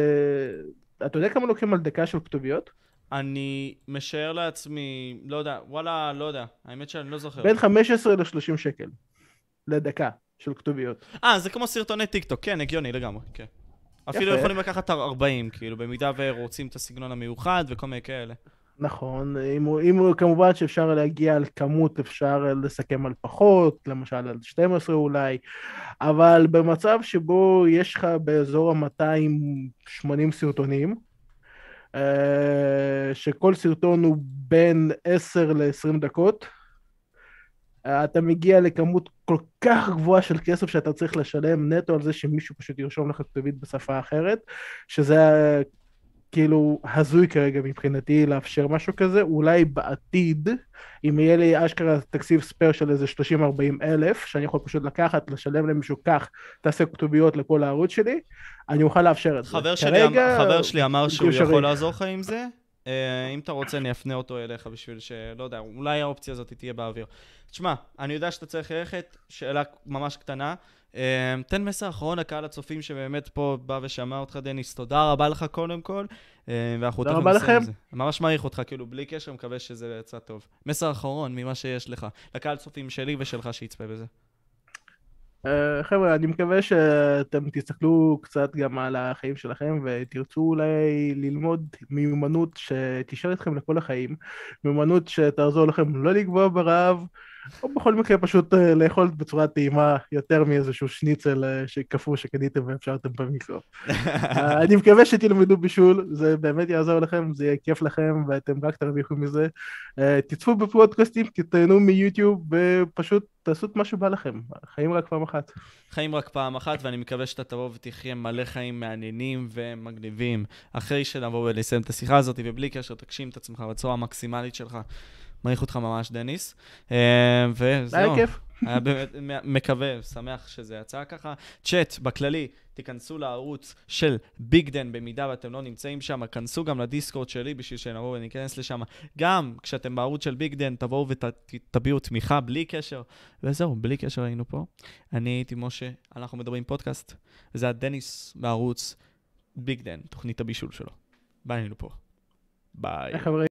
Speaker 2: אה, אתה יודע כמה לוקחים על דקה של כתוביות?
Speaker 1: אני משער לעצמי, לא יודע, וואלה, לא יודע, האמת שאני לא זוכר.
Speaker 2: בין חמש עשרה ל-שלושים שקל לדקה של כתוביות.
Speaker 1: אה, זה כמו סרטוני טיק טוק, כן, הגיוני לגמרי, כן. אפילו יפה. יכולים לקחת ארבעים, כאילו, במידה ורוצים את הסגנון המיוחד וכל מיני כאלה.
Speaker 2: נכון, אם, אם כמובן שאפשר להגיע על כמות, אפשר לסכם על פחות, למשל על שתים עשרה אולי, אבל במצב שבו יש לך באזור ה-מאתיים ושמונים סרטונים, שכל סרטון הוא בין עשר ל-עשרים דקות, אתה מגיע לכמות כל כך גבוהה של כסף שאתה צריך לשלם נטו על זה שמישהו פשוט ירשום לך כתובית בשפה אחרת, שזה כאילו הזוי כרגע מבחינתי לאפשר משהו כזה, אולי בעתיד, אם יהיה לי אשכרה תקציב ספייר של איזה שלושים ארבעים אלף, שאני יכול פשוט לקחת, לשלם למישהו כך, תעשה כתוביות לכל הערוץ שלי, אני אוכל לאפשר את זה.
Speaker 1: חבר שלי, כרגע, חבר שלי אמר שהוא שרי. יכול לעזור לך עם זה, אם אתה רוצה אני אפנה אותו אליך בשביל שלא יודע, אולי האופציה הזאת תהיה באוויר. תשמע, אני יודע שאתה צריך ללכת, שאלה ממש קטנה, תן מסר אחרון לקהל הצופים שבאמת פה בא ושמע אותך דניס, תודה רבה לך קודם כל,
Speaker 2: תודה רבה לכם.
Speaker 1: ממש מעריך אותך, כאילו בלי קשר, מקווה שזה יצא טוב. מסר אחרון ממה שיש לך, לקהל צופים שלי ושלך שיצפה בזה.
Speaker 2: אה, חבר'ה, אני מקווה שאתם תסתכלו קצת גם על החיים שלכם ותרצו אולי ללמוד מיומנות שתישאר איתכם לכל החיים, מיומנות שתעזור לכם לא לגבוה ברעב, או בכל מקרה פשוט אה, לאכול בצורה טעימה יותר מאיזשהו שניצל אה, שקפוא שקניתם ואפשרתם במיקרו. אה, אני מקווה שתלמדו בישול, זה באמת יעזור לכם, זה יהיה כיף לכם ואתם רק תרוויחו מזה. אה, תצפו בפודקאסטים, תתהנו מיוטיוב ופשוט תעשו את מה שבא לכם. חיים רק פעם אחת.
Speaker 1: חיים רק פעם אחת, ואני מקווה שאתה תבוא ותחיה מלא חיים מעניינים ומגניבים. אחרי שנבוא ולסיים את השיחה הזאת, ובלי קשר תגשים את עצמך בצורה המקסימלית שלך. מעריך אותך ממש, דניס. אה, וזהו.
Speaker 2: היה כיף.
Speaker 1: היה באמת מקווה, שמח שזה יצא ככה. צ'אט, בכללי, תיכנסו לערוץ של ביג דן, במידה ואתם לא נמצאים שם, כנסו גם לדיסקורד שלי בשביל שנבוא וניכנס לשם. גם כשאתם בערוץ של ביג דן, תבואו ותביעו תמיכה בלי קשר. וזהו, בלי קשר היינו פה. אני הייתי משה, אנחנו מדברים פודקאסט, וזה הדניס בערוץ ביג דן, תוכנית הבישול שלו. ביי, היינו פה. ביי.